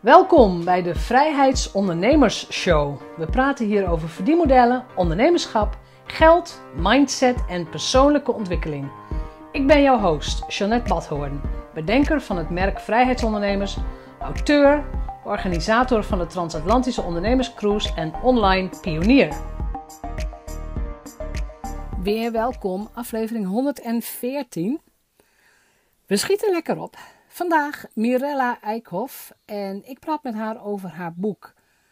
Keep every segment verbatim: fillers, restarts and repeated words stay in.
Welkom bij de Vrijheidsondernemers Show. We praten hier over verdienmodellen, ondernemerschap, geld, mindset en persoonlijke ontwikkeling. Ik ben jouw host, Jeanette Badhoorn, bedenker van het merk Vrijheidsondernemers, auteur, organisator van de Transatlantische Ondernemerscruise en online pionier. Weer welkom, aflevering honderdveertien. We schieten lekker op. Vandaag Mirella Eikhoff en ik praat met haar over haar boek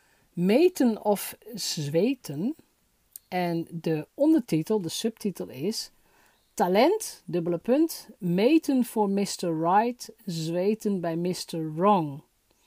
Meten of Zweten. En de ondertitel, de subtitel is Talent, dubbele punt, meten voor mister Right, zweten bij mister Wrong.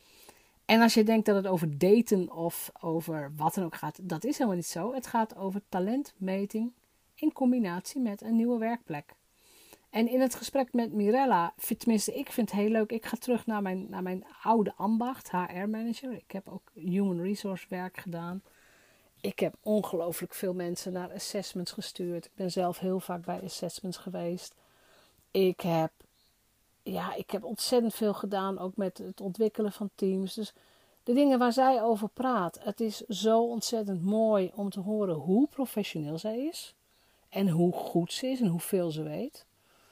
En als je denkt dat het over daten of over wat dan ook gaat, dat is helemaal niet zo. Het gaat over talentmeting in combinatie met een nieuwe werkplek. En in het gesprek met Mirella, tenminste ik vind het heel leuk, ik ga terug naar mijn, naar mijn oude ambacht, H R-manager. Ik heb ook human resource werk gedaan. Ik heb ongelooflijk veel mensen naar assessments gestuurd. Ik ben zelf heel vaak bij assessments geweest. Ik heb, ja, ik heb ontzettend veel gedaan, ook met het ontwikkelen van teams. Dus de dingen waar zij over praat, het is zo ontzettend mooi om te horen hoe professioneel zij is. En hoe goed ze is en hoeveel ze weet.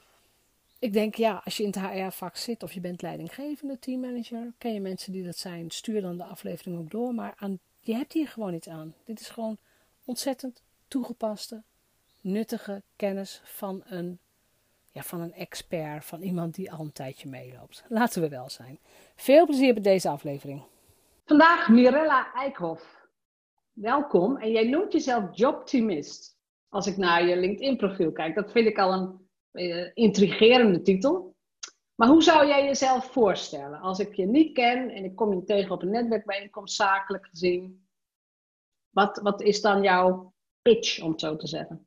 Ik denk, ja, als je in het H R-vak zit of je bent leidinggevende teammanager, ken je mensen die dat zijn, stuur dan de aflevering ook door. Maar aan, je hebt hier gewoon iets aan. Dit is gewoon ontzettend toegepaste, nuttige kennis van een, ja, van een expert, van iemand die al een tijdje meeloopt. Laten we wel zijn. Veel plezier bij deze aflevering. Vandaag Mirella Eikhoff. Welkom en jij noemt jezelf jobtimist. Als ik naar je LinkedIn-profiel kijk, dat vind ik al een Uh, intrigerende titel. Maar hoe zou jij jezelf voorstellen? Als ik je niet ken en ik kom je tegen op een netwerkbijeenkomst, zakelijk gezien. Wat, wat is dan jouw pitch, om het zo te zeggen?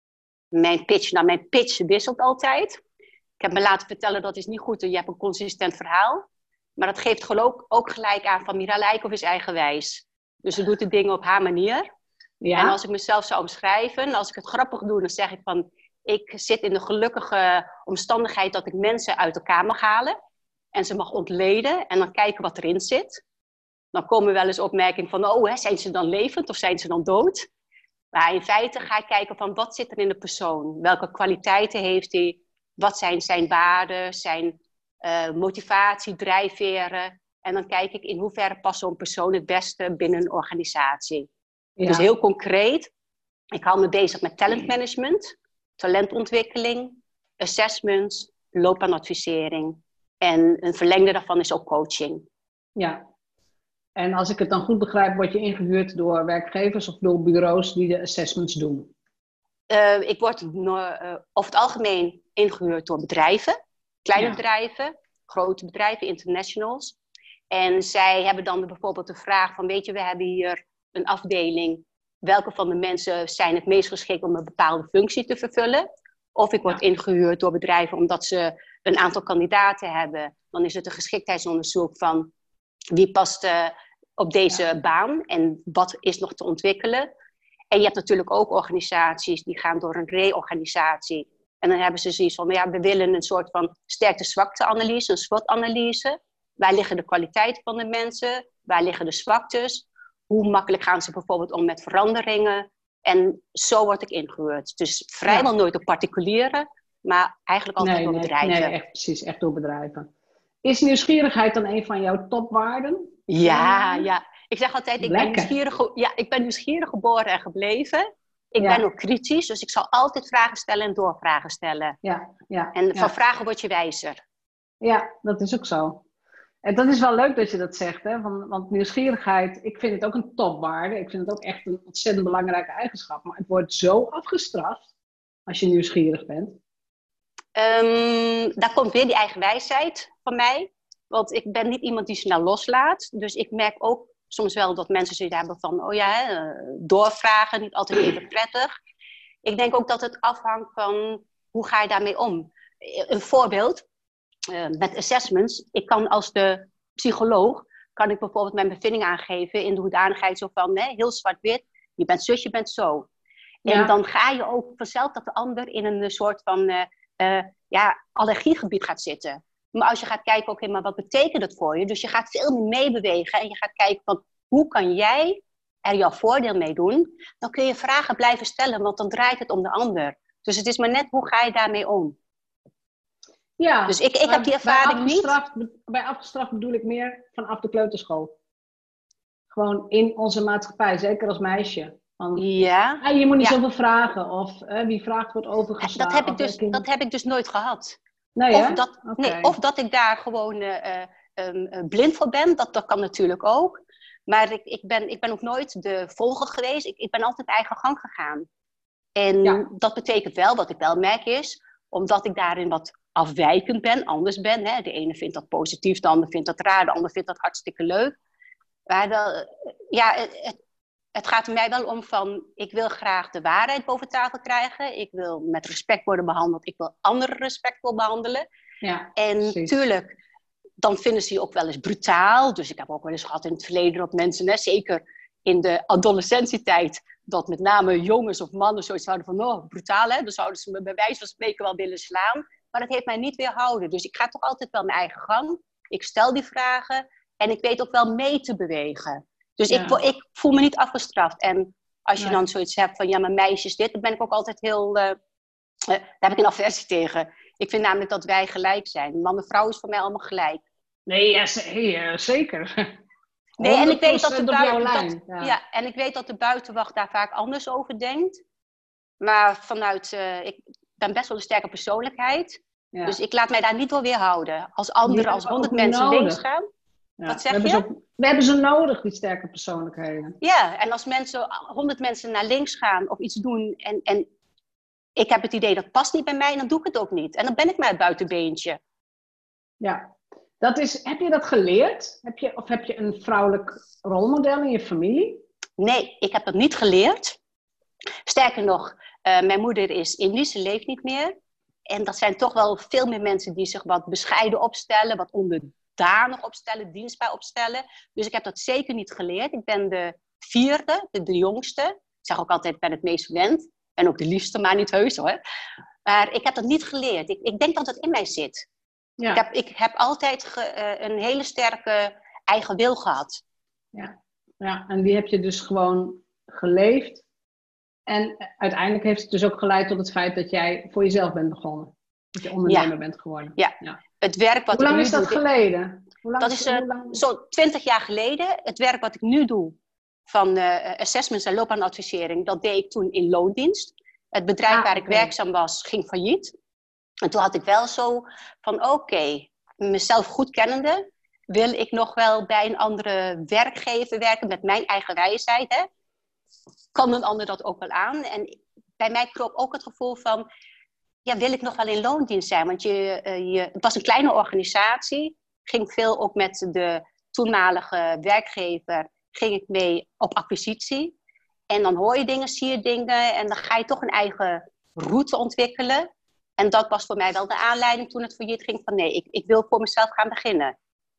Mijn pitch? Nou, mijn pitch wisselt altijd. Ik heb me laten vertellen dat is niet goed. Je hebt een consistent verhaal. Maar dat geeft geloof ook gelijk aan van Mirella Eikhoff is eigenwijs. Dus ze doet de dingen op haar manier. Ja? En als ik mezelf zou omschrijven, als ik het grappig doe, dan zeg ik van ik zit in de gelukkige omstandigheid dat ik mensen uit elkaar mag halen. En ze mag ontleden en dan kijken wat erin zit. Dan komen wel eens opmerkingen van, oh, hè, zijn ze dan levend of zijn ze dan dood? Maar in feite ga ik kijken van, wat zit er in de persoon? Welke kwaliteiten heeft hij? Wat zijn zijn waarden, zijn uh, motivatie, drijfveren? En dan kijk ik in hoeverre past zo'n persoon het beste binnen een organisatie. Ja. Dus heel concreet, ik hou me bezig met talentmanagement, talentontwikkeling, assessments, loopbaanadvisering. En een verlengde daarvan is ook coaching. Ja, en als ik het dan goed begrijp, word je ingehuurd door werkgevers of door bureaus die de assessments doen? Uh, ik word uh, over het algemeen ingehuurd door bedrijven. Kleine ja. bedrijven, grote bedrijven, internationals. En zij hebben dan bijvoorbeeld de vraag van, weet je, we hebben hier een afdeling. Welke van de mensen zijn het meest geschikt om een bepaalde functie te vervullen? Of ik word ja. ingehuurd door bedrijven omdat ze een aantal kandidaten hebben. Dan is het een geschiktheidsonderzoek van wie past uh, op deze ja. baan en wat is nog te ontwikkelen. En je hebt natuurlijk ook organisaties die gaan door een reorganisatie. En dan hebben ze zoiets van, ja, we willen een soort van sterkte-zwakte-analyse, een SWOT-analyse. Waar liggen de kwaliteiten van de mensen? Waar liggen de zwaktes? Hoe makkelijk gaan ze bijvoorbeeld om met veranderingen? En zo word ik ingehuurd. Dus vrijwel ja. nooit door particulieren, maar eigenlijk altijd nee, door nee, bedrijven. Nee, echt, precies, echt door bedrijven. Is nieuwsgierigheid dan een van jouw topwaarden? Ja, ja. Ik zeg altijd, ik ben, nieuwsgierig, ja, ik ben nieuwsgierig geboren en gebleven. Ik ja. ben ook kritisch, dus ik zal altijd vragen stellen en doorvragen stellen. Ja, ja, en van ja. vragen word je wijzer. Ja, dat is ook zo. En dat is wel leuk dat je dat zegt, hè? Want, want nieuwsgierigheid, ik vind het ook een topwaarde. Ik vind het ook echt een ontzettend belangrijke eigenschap. Maar het wordt zo afgestraft als je nieuwsgierig bent. Um, daar komt weer die eigen wijsheid van mij. Want ik ben niet iemand die snel loslaat. Dus ik merk ook soms wel dat mensen zoiets hebben van, oh ja, hè, doorvragen, niet altijd even prettig. Ik denk ook dat het afhangt van, hoe ga je daarmee om? Een voorbeeld. Uh, met assessments, ik kan als de psycholoog, kan ik bijvoorbeeld mijn bevinding aangeven in de hoedanigheid zo van, hè, heel zwart-wit, je bent zus, je bent zo. Ja. En dan ga je ook vanzelf dat de ander in een soort van uh, uh, ja, allergiegebied gaat zitten. Maar als je gaat kijken, oké, maar wat betekent het voor je? Dus je gaat veel meer meebewegen en je gaat kijken van hoe kan jij er jouw voordeel mee doen? Dan kun je vragen blijven stellen, want dan draait het om de ander. Dus het is maar net, hoe ga je daarmee om? Ja, dus ik, ik heb die ervaring bij afgestraft, niet. Bij afgestraft bedoel ik meer vanaf de kleuterschool. Gewoon in onze maatschappij, zeker als meisje. Van, Ja. ah, je moet niet ja. zoveel vragen. Of eh, wie vraagt wordt overgeslagen. Dat heb, ik of, dus, kind... dat heb ik dus nooit gehad. Nee, of, hè? dat, Okay. nee, of dat ik daar gewoon uh, um, blind voor ben. Dat, dat kan natuurlijk ook. Maar ik, ik, ben, ik ben ook nooit de volger geweest. Ik, ik ben altijd eigen gang gegaan. En ja. dat betekent wel, wat ik wel merk is, omdat ik daarin wat afwijkend ben, anders ben. Hè? De ene vindt dat positief, de ander vindt dat raar, de ander vindt dat hartstikke leuk. Maar dat, ja, het, het gaat er mij wel om van, ik wil graag de waarheid boven tafel krijgen. Ik wil met respect worden behandeld. Ik wil anderen respectvol behandelen. Ja, en precies. Tuurlijk, dan vinden ze je ook wel eens brutaal. Dus ik heb ook wel eens gehad in het verleden dat mensen, hè, zeker in de adolescentietijd, dat met name jongens of mannen zoiets hadden van, oh, brutaal hè. Dan zouden ze me bij wijze van spreken wel willen slaan. Maar dat heeft mij niet weerhouden. Dus ik ga toch altijd wel mijn eigen gang. Ik stel die vragen en ik weet ook wel mee te bewegen. Dus ja. ik, ik voel me niet afgestraft. En als je nee. dan zoiets hebt van, ja, maar meisjes dit, dan ben ik ook altijd heel, uh, uh, daar heb ik een aversie tegen. Ik vind namelijk dat wij gelijk zijn. Man en vrouw is voor mij allemaal gelijk. Nee, ja, z- hey, zeker. Nee, en ik weet dat de buiten, dat, ja. Ja, en ik weet dat de buitenwacht daar vaak anders over denkt. Maar vanuit, uh, ik ben best wel een sterke persoonlijkheid. Ja. Dus ik laat mij daar niet door weerhouden. Als anderen, als honderd mensen links gaan. Ja. Wat zeg we je? Hebben ze, we hebben ze nodig, die sterke persoonlijkheden. Ja, en als mensen, honderd mensen naar links gaan of iets doen en, en ik heb het idee dat past niet bij mij, dan doe ik het ook niet. En dan ben ik maar het buitenbeentje. Ja, dat is, heb je dat geleerd? Heb je, of heb je een vrouwelijk rolmodel in je familie? Nee, ik heb dat niet geleerd. Sterker nog, uh, mijn moeder is Indisch, ze leeft niet meer. En dat zijn toch wel veel meer mensen die zich wat bescheiden opstellen, wat onderdanig opstellen, dienstbaar opstellen. Dus ik heb dat zeker niet geleerd. Ik ben de vierde, de, de jongste. Ik zeg ook altijd, ik ben het meest verwend. En ook de liefste, maar niet heus hoor. Maar ik heb dat niet geleerd. Ik, ik denk dat dat in mij zit. Ja. Ik, heb, ik heb altijd ge, uh, een hele sterke eigen wil gehad. Ja. Ja, en die heb je dus gewoon geleefd. En uiteindelijk heeft het dus ook geleid tot het feit dat jij voor jezelf bent begonnen. Dat je ondernemer ja. bent geworden. Ja. ja, het werk wat Hoe lang ik nu is dat doe, geleden? Hoe lang dat is uh, lang... zo'n twintig jaar geleden. Het werk wat ik nu doe van uh, assessments en loopbaanadvisering, dat deed ik toen in loondienst. Het bedrijf ah, waar ik okay. werkzaam was, ging failliet. En toen had ik wel zo van, oké, okay, mezelf goed kennende, wil ik nog wel bij een andere werkgever werken met mijn eigen wijsheid, hè? Kan een ander dat ook wel aan? En bij mij kroop ook het gevoel van, ja, wil ik nog wel in loondienst zijn? Want je, uh, je, het was een kleine organisatie, ging veel ook met de toenmalige werkgever, ging ik mee op acquisitie. En dan hoor je dingen, zie je dingen en dan ga je toch een eigen route ontwikkelen. En dat was voor mij wel de aanleiding toen het failliet ging van, nee, ik, ik wil voor mezelf gaan beginnen.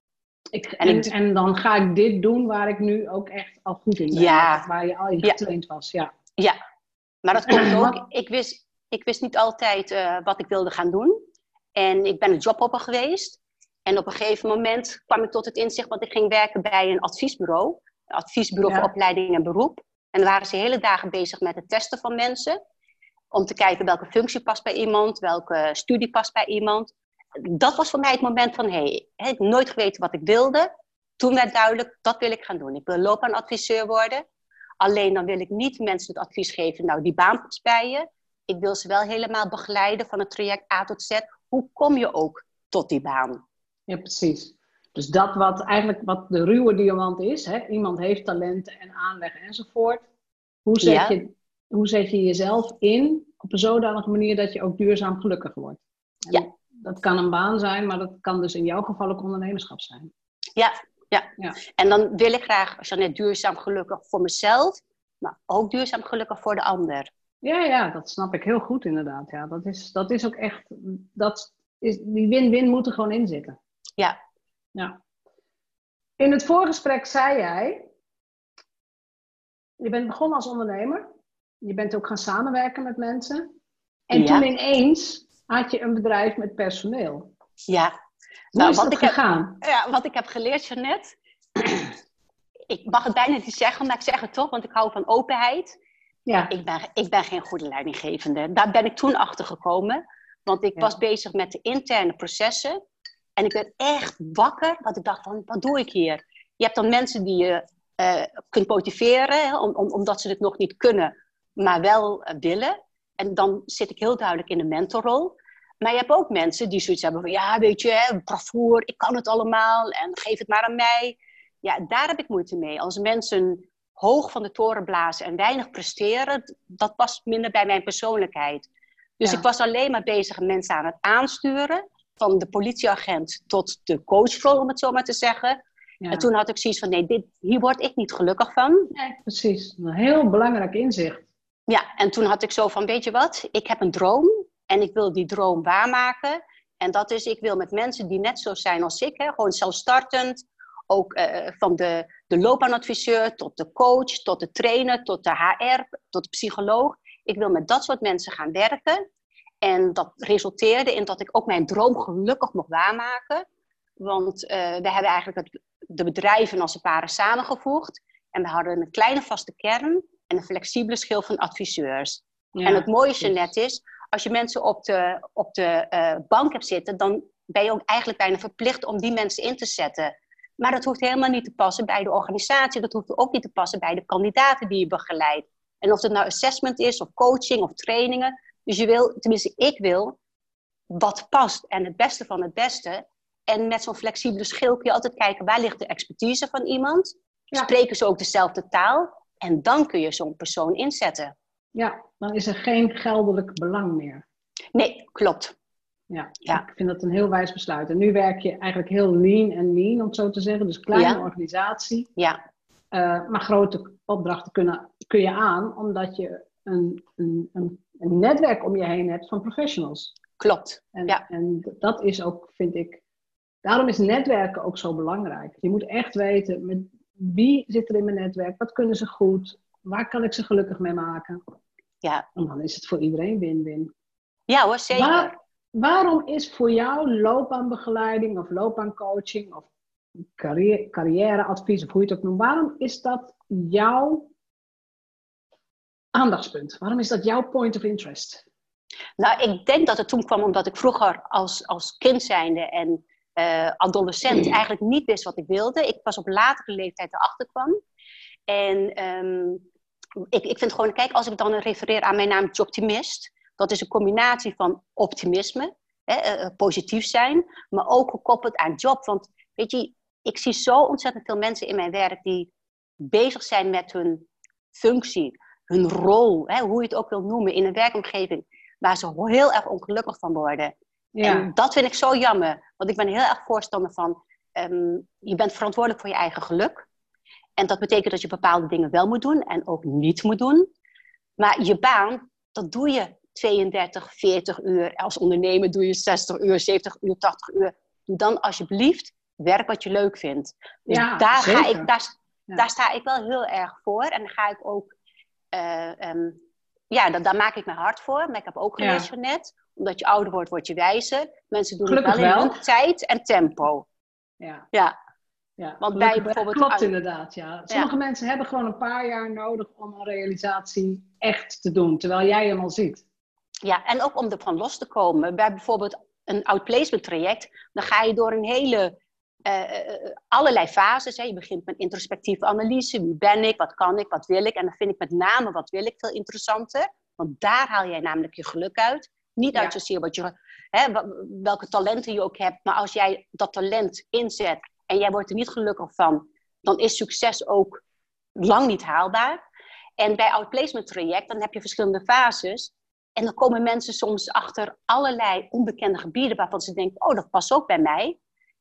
Ik, en, en, ik, en dan ga ik dit doen waar ik nu ook echt al goed in ben. Ja. Waar je al in getraind ja. was. Ja. ja, maar dat komt ook. Ik wist, ik wist niet altijd uh, wat ik wilde gaan doen. En ik ben een jobhopper geweest. En op een gegeven moment kwam ik tot het inzicht dat ik ging werken bij een adviesbureau. Een adviesbureau ja. voor opleiding en beroep. En dan waren ze hele dagen bezig met het testen van mensen. Om te kijken welke functie past bij iemand, welke studie past bij iemand. Dat was voor mij het moment van, hé, hey, ik heb nooit geweten wat ik wilde. Toen werd duidelijk, dat wil ik gaan doen. Ik wil loopbaanadviseur worden. Alleen dan wil ik niet mensen het advies geven, nou die baan past bij je. Ik wil ze wel helemaal begeleiden van het traject A tot Z. Hoe kom je ook tot die baan? Ja, precies. Dus dat wat eigenlijk wat de ruwe diamant is. Hè? Iemand heeft talenten en aanleg enzovoort. Hoe zet, ja. je, hoe zet je jezelf in op een zodanige manier dat je ook duurzaam gelukkig wordt? En ja. Dat kan een baan zijn, maar dat kan dus in jouw geval ook ondernemerschap zijn. Ja, ja. ja. En dan wil ik graag, als je net duurzaam gelukkig voor mezelf, maar ook duurzaam gelukkig voor de ander. Ja, ja, dat snap ik heel goed inderdaad. Ja, dat is, dat is ook echt, dat is, die win-win moet er gewoon in zitten. Ja. ja. In het voorgesprek zei jij, je bent begonnen als ondernemer. Je bent ook gaan samenwerken met mensen. En ja. toen ineens had je een bedrijf met personeel. Ja, nou, is wat dat ik gegaan? Heb, ja, wat ik heb geleerd, Jeanette... ik mag het bijna niet zeggen, maar ik zeg het toch, want ik hou van openheid. Ja. Ik ben, ik ben geen goede leidinggevende. Daar ben ik toen achter gekomen. Want ik Ja. was bezig met de interne processen. En ik werd echt wakker. Want ik dacht van, wat doe ik hier? Je hebt dan mensen die je uh, kunt motiveren. Hè, om, om, omdat ze het nog niet kunnen. Maar wel uh, willen. En dan zit ik heel duidelijk in de mentorrol. Maar je hebt ook mensen die zoiets hebben van... Ja, weet je, bravoer, ik kan het allemaal. En geef het maar aan mij. Ja, daar heb ik moeite mee. Als mensen hoog van de toren blazen en weinig presteren... dat past minder bij mijn persoonlijkheid. Dus ja. ik was alleen maar bezig mensen aan het aansturen. Van de politieagent tot de coachrol, om het zo maar te zeggen. Ja. En toen had ik zoiets van, nee, dit, hier word ik niet gelukkig van. Nee, precies. Een heel belangrijk inzicht. Ja, en toen had ik zo van, weet je wat? Ik heb een droom en ik wil die droom waarmaken. En dat is, ik wil met mensen die net zo zijn als ik, hè, gewoon zelfstartend. Ook uh, van de, de loopbaanadviseur tot de coach, tot de trainer, tot de H R, tot de psycholoog. Ik wil met dat soort mensen gaan werken. En dat resulteerde in dat ik ook mijn droom gelukkig mocht waarmaken. Want uh, we hebben eigenlijk het, de bedrijven als het ware samengevoegd. En we hadden een kleine vaste kern en een flexibele schil van adviseurs. Ja, en het mooiste net is, als je mensen op de, op de uh, bank hebt zitten, dan ben je ook eigenlijk bijna verplicht om die mensen in te zetten. Maar dat hoeft helemaal niet te passen bij de organisatie. Dat hoeft ook niet te passen bij de kandidaten die je begeleidt. En of het nou assessment is, of coaching, of trainingen. Dus je wil, tenminste ik wil, wat past en het beste van het beste. En met zo'n flexibele schil kun je altijd kijken, waar ligt de expertise van iemand? Ja. Spreken ze ook dezelfde taal? En dan kun je zo'n persoon inzetten. Ja, dan is er geen geldelijk belang meer. Nee, klopt. Ja, ja, ik vind dat een heel wijs besluit. En nu werk je eigenlijk heel lean en mean, om het zo te zeggen. Dus kleine ja. organisatie. Ja. Uh, maar grote opdrachten kunnen, kun je aan, omdat je een, een, een, een netwerk om je heen hebt van professionals. Klopt, en, ja. En dat is ook, vind ik, daarom is netwerken ook zo belangrijk. Je moet echt weten, met wie zit er in mijn netwerk, wat kunnen ze goed, waar kan ik ze gelukkig mee maken. Ja. En dan is het voor iedereen win-win. Ja hoor, zeker. Waar, waarom is voor jou loopbaanbegeleiding of loopbaancoaching of carrière, carrièreadvies of hoe je het ook noemt, waarom is dat jouw aandachtspunt? Waarom is dat jouw point of interest? Nou, ik denk dat het toen kwam omdat ik vroeger als, als kind zijnde en uh, adolescent eigenlijk niet wist wat ik wilde. Ik pas op latere leeftijd erachter kwam. En um, ik, ik vind gewoon, kijk, als ik dan refereer aan mijn naam Jobtimist, dat is een combinatie van optimisme, hè, uh, positief zijn, maar ook gekoppeld aan job. Want weet je, ik zie zo ontzettend veel mensen in mijn werk die bezig zijn met hun functie, hun rol, hè, hoe je het ook wil noemen, in een werkomgeving waar ze heel erg ongelukkig van worden. Ja. En dat vind ik zo jammer, want ik ben heel erg voorstander van, um, je bent verantwoordelijk voor je eigen geluk. En dat betekent dat je bepaalde dingen wel moet doen en ook niet moet doen. Maar je baan, dat doe je tweeëndertig, veertig uur. Als ondernemer doe je zestig uur, zeventig uur, tachtig uur. Doe dan alsjeblieft werk wat je leuk vindt. Dus ja, daar, ga ik, daar, ja. daar sta ik wel heel erg voor. En dan ga ik ook... Uh, um, ja, dat, daar maak ik me hard voor. Maar ik heb ook geleerd ja. net. Omdat je ouder wordt, word je wijzer. Mensen doen Gelukkig het wel in wel. hun tijd en tempo. Ja. Ja. Ja, want bij bijvoorbeeld klopt inderdaad, ja. Sommige ja. mensen hebben gewoon een paar jaar nodig om een realisatie echt te doen. Terwijl jij hem al ziet. Ja, en ook om ervan los te komen. Bij bijvoorbeeld een outplacement traject, dan ga je door een hele, uh, allerlei fases. Hè. Je begint met introspectieve analyse. Wie ben ik? Wat kan ik? Wat wil ik? En dan vind ik met name wat wil ik veel interessanter. Want daar haal jij namelijk je geluk uit. Niet uit ja. zozeer wat je, hè, welke talenten je ook hebt. Maar als jij dat talent inzet en jij wordt er niet gelukkig van, dan is succes ook lang niet haalbaar. En bij outplacement traject, dan heb je verschillende fases. En dan komen mensen soms achter allerlei onbekende gebieden waarvan ze denken, oh, dat past ook bij mij.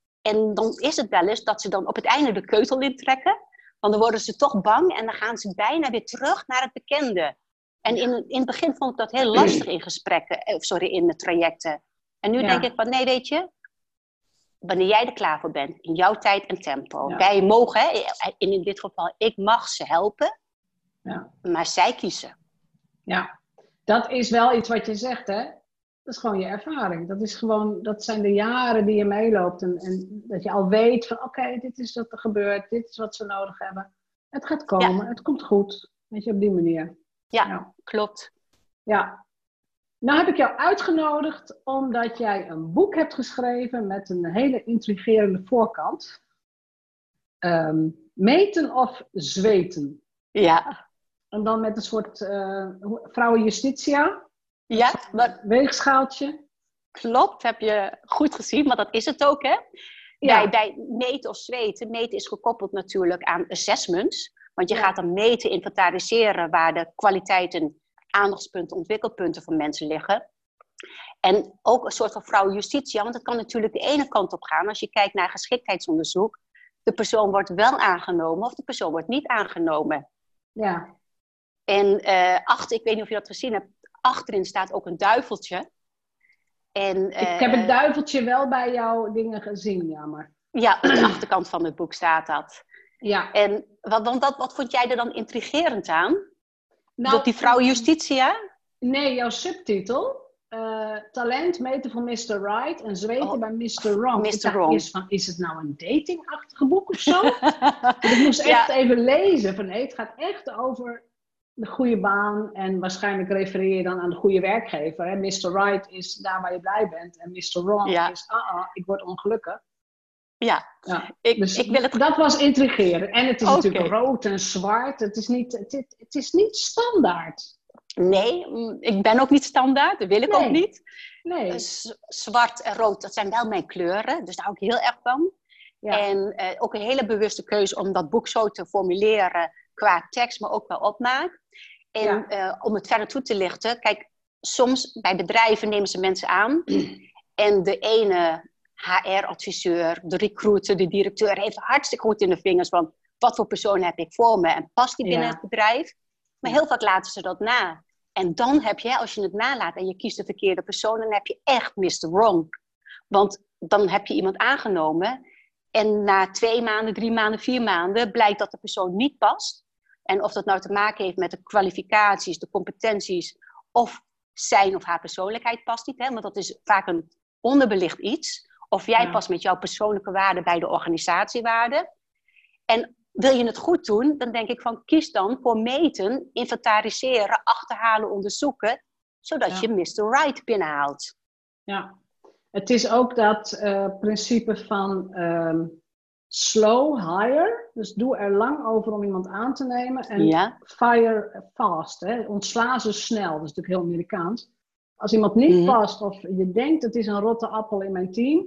En dan is het wel eens dat ze dan op het einde de keutel intrekken. Want dan worden ze toch bang en dan gaan ze bijna weer terug naar het bekende. En in, in het begin vond ik dat heel lastig in gesprekken, sorry, in de trajecten. En nu ja. denk ik van, nee, weet je, wanneer jij er klaar voor bent, in jouw tijd en tempo. Ja. Wij mogen, hè, in, in dit geval, ik mag ze helpen, ja. maar zij kiezen. Ja, dat is wel iets wat je zegt, hè. Dat is gewoon je ervaring. Dat, is gewoon, dat zijn de jaren die je meeloopt. En, en dat je al weet van, oké, okay, dit is wat er gebeurt. Dit is wat ze nodig hebben. Het gaat komen, ja. Het komt goed. Weet je, op die manier. Ja, ja. Klopt. Ja. Nou heb ik jou uitgenodigd omdat jij een boek hebt geschreven met een hele intrigerende voorkant. Um, meten of zweten. Ja. En dan met een soort uh, vrouwen Justitia. Ja, maar... weegschaaltje. Klopt, heb je goed gezien, maar dat is het ook, hè? Ja. Bij, bij meten of zweten, meten is gekoppeld natuurlijk aan assessments. Want je ja. gaat dan meten, inventariseren waar de kwaliteiten, aandachtspunten, ontwikkelpunten van mensen liggen. En ook een soort van vrouwenjustitie, want het kan natuurlijk de ene kant op gaan. Als je kijkt naar geschiktheidsonderzoek, de persoon wordt wel aangenomen of de persoon wordt niet aangenomen. Ja. En uh, achter, ik weet niet of je dat gezien hebt, achterin staat ook een duiveltje. En, uh, ik heb het duiveltje wel bij jouw dingen gezien, ja maar. Ja, op de achterkant van het boek staat dat. Ja. En wat, want dat, wat vond jij er dan intrigerend aan? Nou, dat die vrouw Justitia? Nee, jouw subtitel. Uh, talent meten voor mister Right en zweten oh, bij mister Wrong. mister Ik dacht Wrong. eerst van, is het nou een datingachtige boek of zo? Ik moest echt ja. even lezen. Van, nee, het gaat echt over de goede baan. En waarschijnlijk refereer je dan aan de goede werkgever. Hè? mister Right is daar waar je blij bent. En mister Wrong ja. is, ah, ah, ik word ongelukkig. Ja, ja. Ik, dus ik wil het... dat was intrigerend. En het is okay. natuurlijk rood en zwart. Het is niet, het, het, het is niet standaard. Nee, ik ben ook niet standaard. Dat wil ik nee. ook niet. Nee. Uh, zwart en rood, dat zijn wel mijn kleuren. Dus daar hou ik heel erg van. Ja. En uh, ook een hele bewuste keuze om dat boek zo te formuleren qua tekst, maar ook qua opmaak. En ja. uh, om het verder toe te lichten. Kijk, soms bij bedrijven nemen ze mensen aan. En de ene H R-adviseur, de recruiter, de directeur heeft hartstikke goed in de vingers van wat voor persoon heb ik voor me en past die binnen ja. het bedrijf. Maar heel vaak laten ze dat na. En dan heb je, als je het nalaat en je kiest de verkeerde persoon, dan heb je echt mister Wrong. Want dan heb je iemand aangenomen en na twee maanden, drie maanden, vier maanden blijkt dat de persoon niet past. En of dat nou te maken heeft met de kwalificaties, de competenties of zijn of haar persoonlijkheid past niet. Hè? Want dat is vaak een onderbelicht iets. Of jij ja. past met jouw persoonlijke waarden bij de organisatiewaarden. En wil je het goed doen, dan denk ik van kies dan voor meten, inventariseren, achterhalen, onderzoeken, zodat ja. je mister Right binnenhaalt. Ja, het is ook dat uh, principe van um, slow hire, dus doe er lang over om iemand aan te nemen en ja. fire fast, hè? Ontsla ze snel, dat is natuurlijk heel Amerikaans. Als iemand niet mm-hmm. past of je denkt het is een rotte appel in mijn team,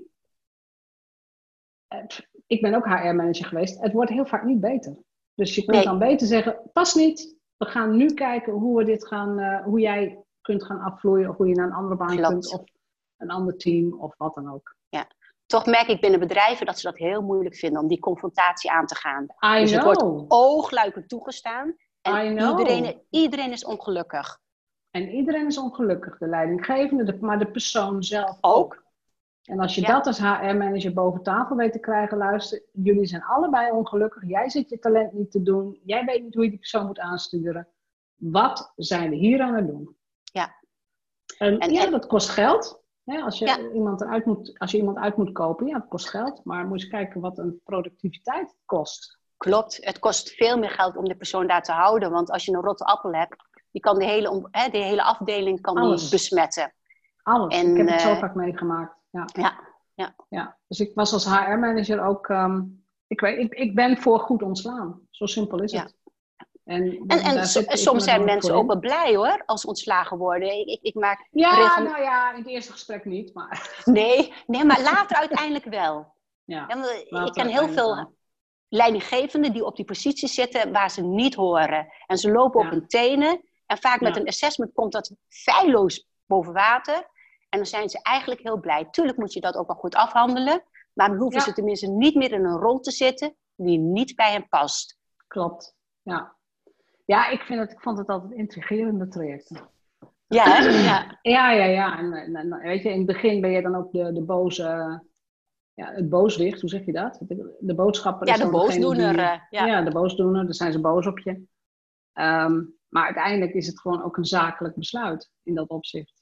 ik ben ook H R-manager geweest. Het wordt heel vaak niet beter. Dus je kunt nee. dan beter zeggen, pas niet. We gaan nu kijken hoe we dit gaan, uh, hoe jij kunt gaan afvloeien. Of hoe je naar een andere baan Klopt. kunt. Of een ander team. Of wat dan ook. Ja. Toch merk ik binnen bedrijven dat ze dat heel moeilijk vinden. Om die confrontatie aan te gaan. I dus know. het wordt oogluikend toegestaan. En iedereen, iedereen is ongelukkig. En iedereen is ongelukkig. De leidinggevende, de, maar de persoon zelf ook. ook. En als je ja. dat als H R-manager boven tafel weet te krijgen, luister, jullie zijn allebei ongelukkig. Jij zit je talent niet te doen. Jij weet niet hoe je die persoon moet aansturen. Wat zijn we hier aan het doen? Ja. En, en ja, en... dat kost geld. Ja, als, je ja. iemand eruit moet, als je iemand uit moet kopen, ja, dat kost geld. Maar moet je kijken wat een productiviteit kost. Klopt. Het kost veel meer geld om de persoon daar te houden. Want als je een rotte appel hebt, die kan de hele, hè, de hele afdeling kan die besmetten. Alles. En, ik heb het zo uh, vaak meegemaakt. Ja. Ja, ja. ja. Dus ik was als H R-manager ook... Um, ik, weet, ik, ik ben voor goed ontslaan. Zo simpel is het. Ja. En, en, en so, soms zijn mensen ook wel blij hoor, als ze ontslagen worden. Ik, ik, ik maak ja, regel... nou ja, in het eerste gesprek niet. Maar... Nee, nee, maar later uiteindelijk wel. Ja, ja, ik ken heel veel wel. leidinggevenden die op die positie zitten waar ze niet horen. En ze lopen ja. op hun tenen. En vaak met ja. een assessment komt dat feilloos boven water. En dan zijn ze eigenlijk heel blij. Tuurlijk moet je dat ook wel goed afhandelen. Maar dan hoeven ja. ze tenminste niet meer in een rol te zitten die niet bij hen past. Klopt, ja. Ja, ik, vind het, ik vond het altijd intrigerende trajecten. Ja, hè? Ja, ja, ja. ja. En, en, en, weet je, in het begin ben je dan ook de, de boze... Ja, het booswicht, hoe zeg je dat? De, de boodschapper. Ja, de boosdoener. Die, uh, ja. ja, de boosdoener. Dan zijn ze boos op je. Um, maar uiteindelijk is het gewoon ook een zakelijk besluit in dat opzicht.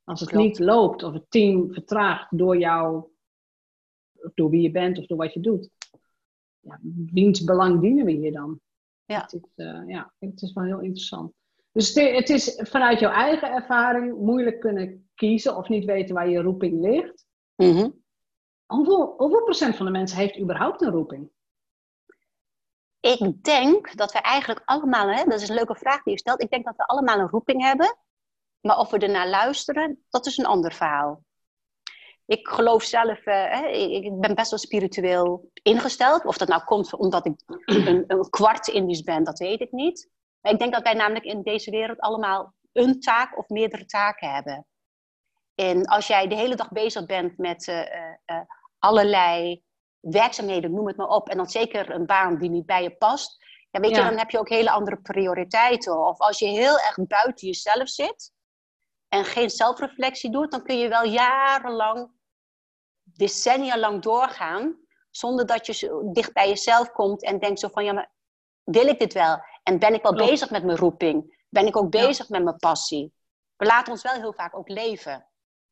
Als het Klopt. niet loopt of het team vertraagt door jou, of door wie je bent of door wat je doet. Ja, wiens belang dienen we hier dan? Ja. Het is, uh, ja, het is wel heel interessant. Dus het, het is vanuit jouw eigen ervaring moeilijk kunnen kiezen of niet weten waar je roeping ligt. Mm-hmm. Hoeveel, hoeveel procent van de mensen heeft überhaupt een roeping? Ik denk dat we eigenlijk allemaal, hè, dat is een leuke vraag die je stelt. Ik denk dat we allemaal een roeping hebben. Maar of we ernaar luisteren, dat is een ander verhaal. Ik geloof zelf, uh, hè, ik ben best wel spiritueel ingesteld. Of dat nou komt omdat ik een, een kwart Indisch ben, dat weet ik niet. Maar ik denk dat wij namelijk in deze wereld allemaal een taak of meerdere taken hebben. En als jij de hele dag bezig bent met uh, uh, allerlei werkzaamheden, noem het maar op. En dan zeker een baan die niet bij je past. Ja, weet Ja. je, dan heb je ook hele andere prioriteiten. Of als je heel erg buiten jezelf zit en geen zelfreflectie doet, dan kun je wel jarenlang, decennia lang doorgaan, zonder dat je zo dicht bij jezelf komt en denkt zo van, ja, maar wil ik dit wel? En ben ik wel Klopt. bezig met mijn roeping? Ben ik ook Ja. bezig met mijn passie? We laten ons wel heel vaak ook leven.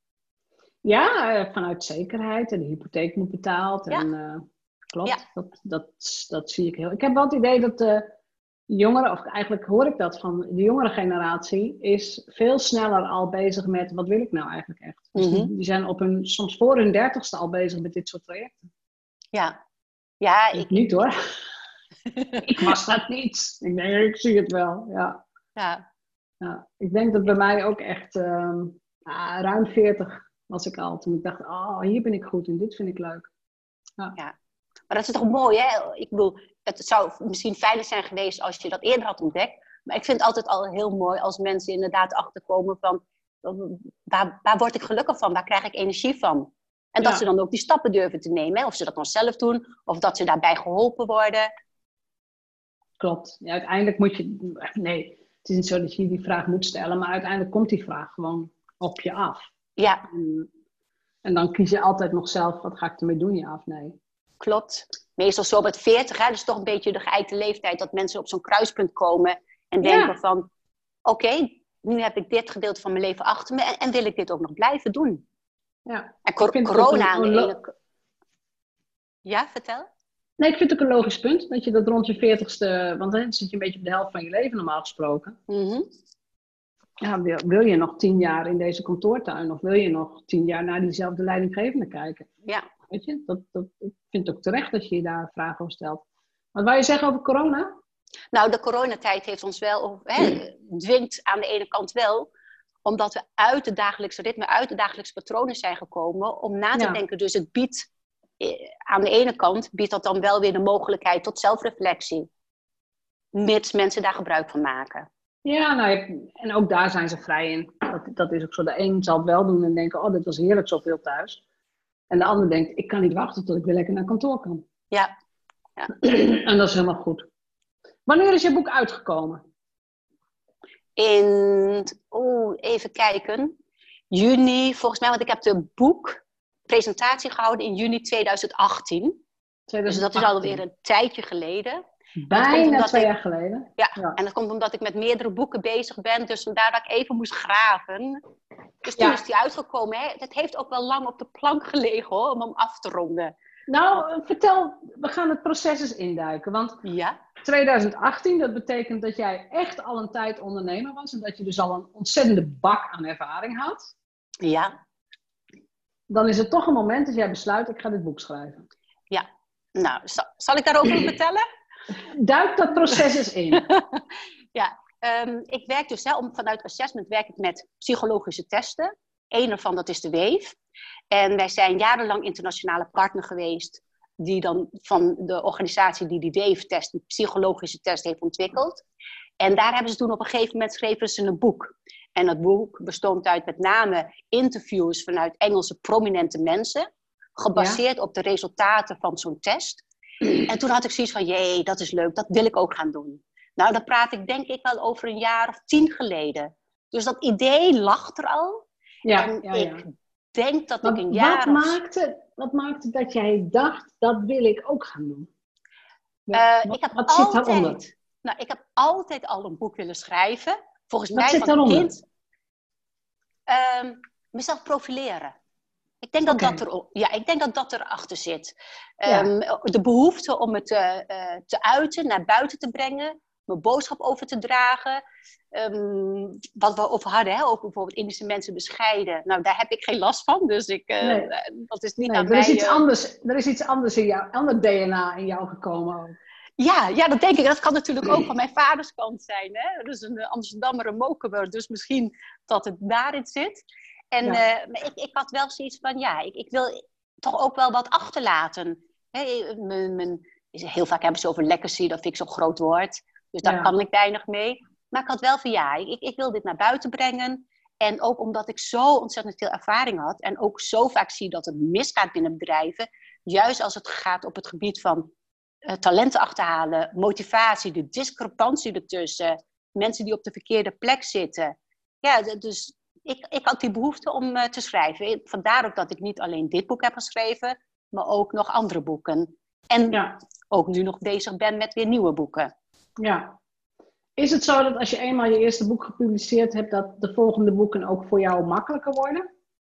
Ja, uh, vanuit zekerheid en de hypotheek moet betaald. En, Ja. uh, klopt, Ja. dat, dat, dat zie ik heel. Ik heb wel het idee dat de jongeren, of eigenlijk hoor ik dat van de jongere generatie, is veel sneller al bezig met wat wil ik nou eigenlijk echt. Dus Mm-hmm. die, die zijn op hun, soms voor hun dertigste al bezig met dit soort trajecten. Ja, ja Ik ik, niet hoor. Ik was dat niet. Ik denk, ik zie het wel. Ja. ja. Ja. Ik denk dat bij mij ook echt um, ah, ruim veertig was ik al. Toen ik dacht, oh, hier ben ik goed en dit vind ik leuk. Ja. Ja. Maar dat is toch mooi, hè? Ik bedoel, het zou misschien veilig zijn geweest als je dat eerder had ontdekt. Maar ik vind het altijd al heel mooi als mensen inderdaad achterkomen van, waar, waar word ik gelukkig van? Waar krijg ik energie van? En dat Ja. ze dan ook die stappen durven te nemen. Hè? Of ze dat dan zelf doen, of dat ze daarbij geholpen worden. Klopt. Ja, uiteindelijk moet je... Nee, het is niet zo dat je die vraag moet stellen, maar uiteindelijk komt die vraag gewoon op je af. Ja. En, en dan kies je altijd nog zelf, wat ga ik ermee doen, ja of nee? Klopt. Meestal zo met veertig, hè? Dat is toch een beetje de geëikte leeftijd, dat mensen op zo'n kruispunt komen en denken Ja. van, oké, okay, nu heb ik dit gedeelte van mijn leven achter me en, en wil ik dit ook nog blijven doen? Ja. En cor- Ik vind het corona ook een- aan de een lo- ene... Ja, vertel. Nee, ik vind het ook een logisch punt, dat je dat rond je veertigste, want dan zit je een beetje op de helft van je leven normaal gesproken. Mm-hmm. Ja, wil, wil je nog tien jaar in deze kantoortuin of wil je nog tien jaar naar diezelfde leidinggevende kijken? Ja. Weet je, dat, dat, ik vind het ook terecht dat je je daar vragen over stelt. Wat wou je zeggen over corona? Nou, de coronatijd heeft ons wel, hè, dwingt aan de ene kant wel, omdat we uit het dagelijkse ritme, uit de dagelijkse patronen zijn gekomen, om na te Ja. denken. Dus het biedt, eh, aan de ene kant biedt dat dan wel weer de mogelijkheid tot zelfreflectie. Mits mensen daar gebruik van maken. Ja, nou, ik- en ook daar zijn ze vrij in. Dat, dat is ook zo. De een zal het wel doen en denken, oh, dit was heerlijk zoveel thuis. En de ander denkt, ik kan niet wachten tot ik weer lekker naar kantoor kan. Ja. En dat is helemaal goed. Wanneer is je boek uitgekomen? In, oeh, even kijken. Juni, volgens mij, want ik heb de boekpresentatie gehouden in juni tweeduizend achttien. Dus dat is alweer een tijdje geleden. Bijna omdat twee ik- jaar geleden. Ja, Ja. en dat komt omdat ik met meerdere boeken bezig ben. Dus vandaar dat ik even moest graven. Dus toen Ja. is die uitgekomen. Hè. Het heeft ook wel lang op de plank gelegen hoor, om hem af te ronden. Nou, eh, vertel, we gaan het proces eens induiken. Want Ja, tweeduizend achttien, dat betekent dat jij echt al een tijd ondernemer was. En dat je dus al een ontzettende bak aan ervaring had. ja, Dan is het toch een moment dat jij besluit, ik ga dit boek schrijven. ja. Nou, zal, zal ik daarover vertellen? Duik dat proces eens in. Ja, um, ik werk dus, hè, om, vanuit assessment werk ik met psychologische testen. Eén ervan, dat is de WAVE. En wij zijn jarenlang internationale partner geweest, die dan van de organisatie die die WAVE-test, die psychologische test, heeft ontwikkeld. En daar hebben ze toen op een gegeven moment geschreven ze een boek. En dat boek bestond uit met name interviews vanuit Engelse prominente mensen, gebaseerd ja. op de resultaten van zo'n test. En toen had ik zoiets van, jee, dat is leuk, dat wil ik ook gaan doen. Nou, dat praat ik denk ik wel over een jaar of tien geleden. Dus dat idee lag er al. Ja, en ja, ja. ik denk dat maar ik een jaar wat of... maakte, wat maakte dat jij dacht, dat wil ik ook gaan doen? Uh, wat ik heb wat zit altijd, daaronder? Nou, ik heb altijd al een boek willen schrijven. Volgens Wat mij zit van daaronder? kind... Um, mezelf profileren. Ik denk dat, Oké. dat, er, ja, ik denk dat dat erachter zit. Ja. Um, de behoefte om het uh, uh, te uiten, naar buiten te brengen. Mijn boodschap over te dragen. Um, wat we over hadden, hè, over bijvoorbeeld Indische mensen bescheiden. Nou, daar heb ik geen last van. Dus ik, uh, Nee. dat is niet nee, aan er mij. Is iets uh... anders, er is iets anders in jou, ander D N A in jou gekomen ook. Ja, ja, dat denk ik. Dat kan natuurlijk ook van mijn vaders kant zijn. Hè? Dus een Amsterdammer, een Mokewer. Dus misschien dat het daarin zit. En ja. uh, maar ik, ik had wel zoiets van, ja, ik, ik wil toch ook wel wat achterlaten. He, mijn, mijn, heel vaak hebben ze over legacy, dat vind ik zo'n groot woord. Dus daar ja. kan ik weinig mee. Maar ik had wel van, ja, ik, ik wil dit naar buiten brengen. En ook omdat ik zo ontzettend veel ervaring had. En ook zo vaak zie dat het misgaat binnen bedrijven. Juist als het gaat op het gebied van uh, talenten achterhalen, motivatie, de discrepantie ertussen. Mensen die op de verkeerde plek zitten. Ja, dus... Ik, ik had die behoefte om uh, te schrijven. Vandaar ook dat ik niet alleen dit boek heb geschreven, maar ook nog andere boeken. En ja. ook nu nog bezig ben met weer nieuwe boeken. Ja. Is het zo dat als je eenmaal je eerste boek gepubliceerd hebt, dat de volgende boeken ook voor jou makkelijker worden?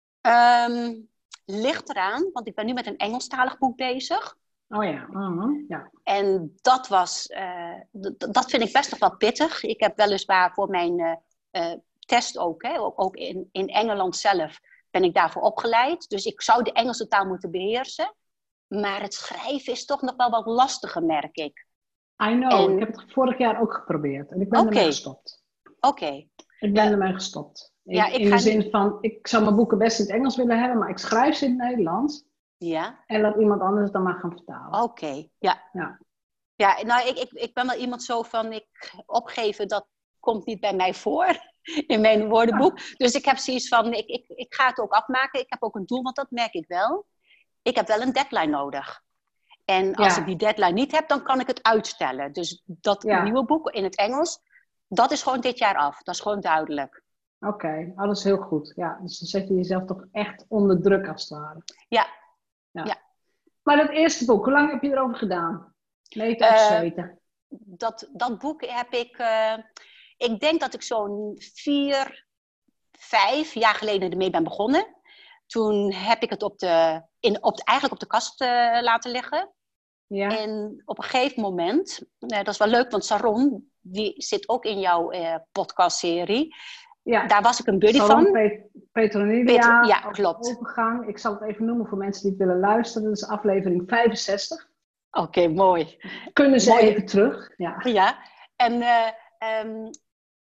Um, ligt eraan, want ik ben nu met een Engelstalig boek bezig. Oh ja. Uh-huh. ja. En dat was, uh, d- dat vind ik best nog wel pittig. Ik heb weliswaar voor mijn... Uh, uh, test ook, hè? ook, ook in, in Engeland zelf ben ik daarvoor opgeleid. Dus ik zou de Engelse taal moeten beheersen. Maar het schrijven is toch nog wel wat lastiger, merk ik. I know, en... ik heb het vorig jaar ook geprobeerd. En ik ben okay. ermee gestopt. Oké. Okay. Ik ben ja. ermee gestopt. In, ja, ik in ga de zin niet... van, ik zou mijn boeken best in het Engels willen hebben, maar ik schrijf ze in het Nederlands. Ja. En laat iemand anders het dan maar gaan vertalen. Oké, okay. ja. ja. Ja, nou, ik, ik, ik ben wel iemand zo van, ik opgeven, dat komt niet bij mij voor. In mijn woordenboek. Ja. Dus ik heb zoiets van, ik, ik, ik ga het ook afmaken. Ik heb ook een doel, want dat merk ik wel. Ik heb wel een deadline nodig. En als ja. ik die deadline niet heb, dan kan ik het uitstellen. Dus dat ja. nieuwe boek in het Engels, dat is gewoon dit jaar af. Dat is gewoon duidelijk. Oké, okay. oh, dat is heel goed. Ja, dus dan zet je jezelf toch echt onder druk als het ware. Ja. ja. ja. Maar dat eerste boek, hoe lang heb je erover gedaan? Meten of zweten? Uh, dat, dat boek heb ik... Uh, Ik denk dat ik zo'n vier, vijf jaar geleden ermee ben begonnen. Toen heb ik het op de, in, op de, eigenlijk op de kast uh, laten liggen. Ja. En op een gegeven moment, uh, dat is wel leuk, want Saron, die zit ook in jouw uh, podcastserie. Ja. Daar was ik een buddy Saron van. Pet- Petronilia. Pet- ja, klopt. Overgang. Ik zal het even noemen voor mensen die het willen luisteren. Dat is aflevering vijfenzestig. Oké, okay, mooi. Kunnen ze mooi. even terug. Ja, ja. En... Uh, um,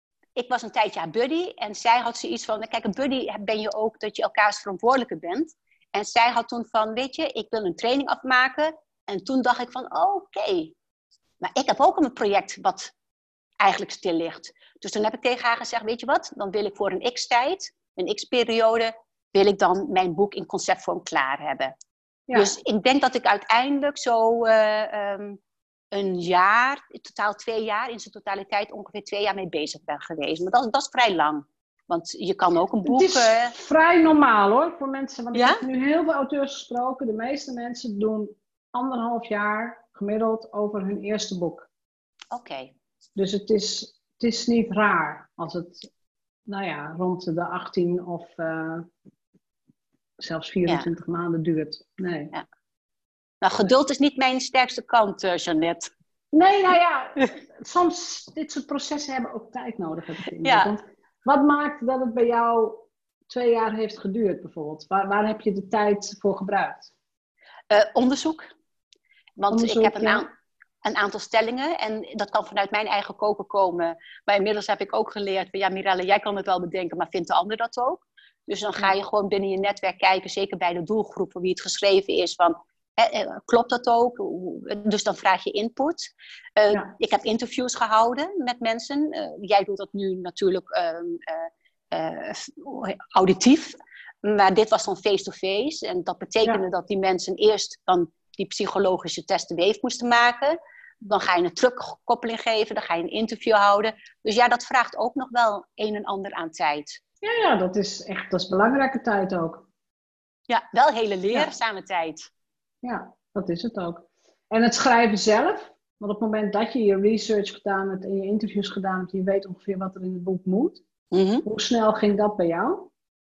Ik was een tijdje haar buddy en zij had zoiets van... Kijk, een buddy ben je ook dat je elkaars verantwoordelijke bent. En zij had toen van, weet je, ik wil een training afmaken. En toen dacht ik van, oké. Okay. Maar ik heb ook een project wat eigenlijk stil ligt. Dus toen heb ik tegen haar gezegd, weet je wat? Dan wil ik voor een x-tijd, een x-periode... wil ik dan mijn boek in conceptvorm klaar hebben. Ja. Dus ik denk dat ik uiteindelijk zo... Uh, um, een jaar, in totaal twee jaar, in zijn totaliteit ongeveer twee jaar mee bezig ben geweest. Maar dat, dat is vrij lang. Want je kan ook een boek... Het is uh... vrij normaal hoor, voor mensen. Want ja? ik heb nu heel veel auteurs gesproken. De meeste mensen doen anderhalf jaar gemiddeld over hun eerste boek. Oké. Okay. Dus het is, het is niet raar als het, nou ja, rond de achttien of uh, zelfs vierentwintig ja. maanden duurt. Nee. Ja. Nou, geduld is niet mijn sterkste kant, uh, Jeannette. Nee, nou ja, soms dit soort processen hebben ook tijd nodig, heb ik de indruk. Ja. Want wat maakt dat het bij jou twee jaar heeft geduurd, bijvoorbeeld? Waar, waar heb je de tijd voor gebruikt? Uh, onderzoek. Want onderzoek, ik heb een, ja. aan, een aantal stellingen en dat kan vanuit mijn eigen koken komen. Maar inmiddels heb ik ook geleerd, ja Mirella, jij kan het wel bedenken, maar vindt de ander dat ook? Dus dan ga je gewoon binnen je netwerk kijken, zeker bij de doelgroep voor wie het geschreven is, van... Eh, klopt dat ook? Dus dan vraag je input. Uh, ja. Ik heb interviews gehouden met mensen. Uh, jij doet dat nu natuurlijk uh, uh, uh, auditief. Maar dit was dan face-to-face. En dat betekende ja. dat die mensen eerst dan die psychologische testen weef moesten maken. Dan ga je een terugkoppeling geven. Dan ga je een interview houden. Dus ja, dat vraagt ook nog wel een en ander aan tijd. Ja, ja, dat is echt dat is belangrijke tijd ook. Ja, wel hele leerzame ja. tijd. Ja, dat is het ook. En het schrijven zelf, want op het moment dat je je research gedaan hebt en je interviews gedaan hebt, je weet ongeveer wat er in het boek moet. Mm-hmm. Hoe snel ging dat bij jou?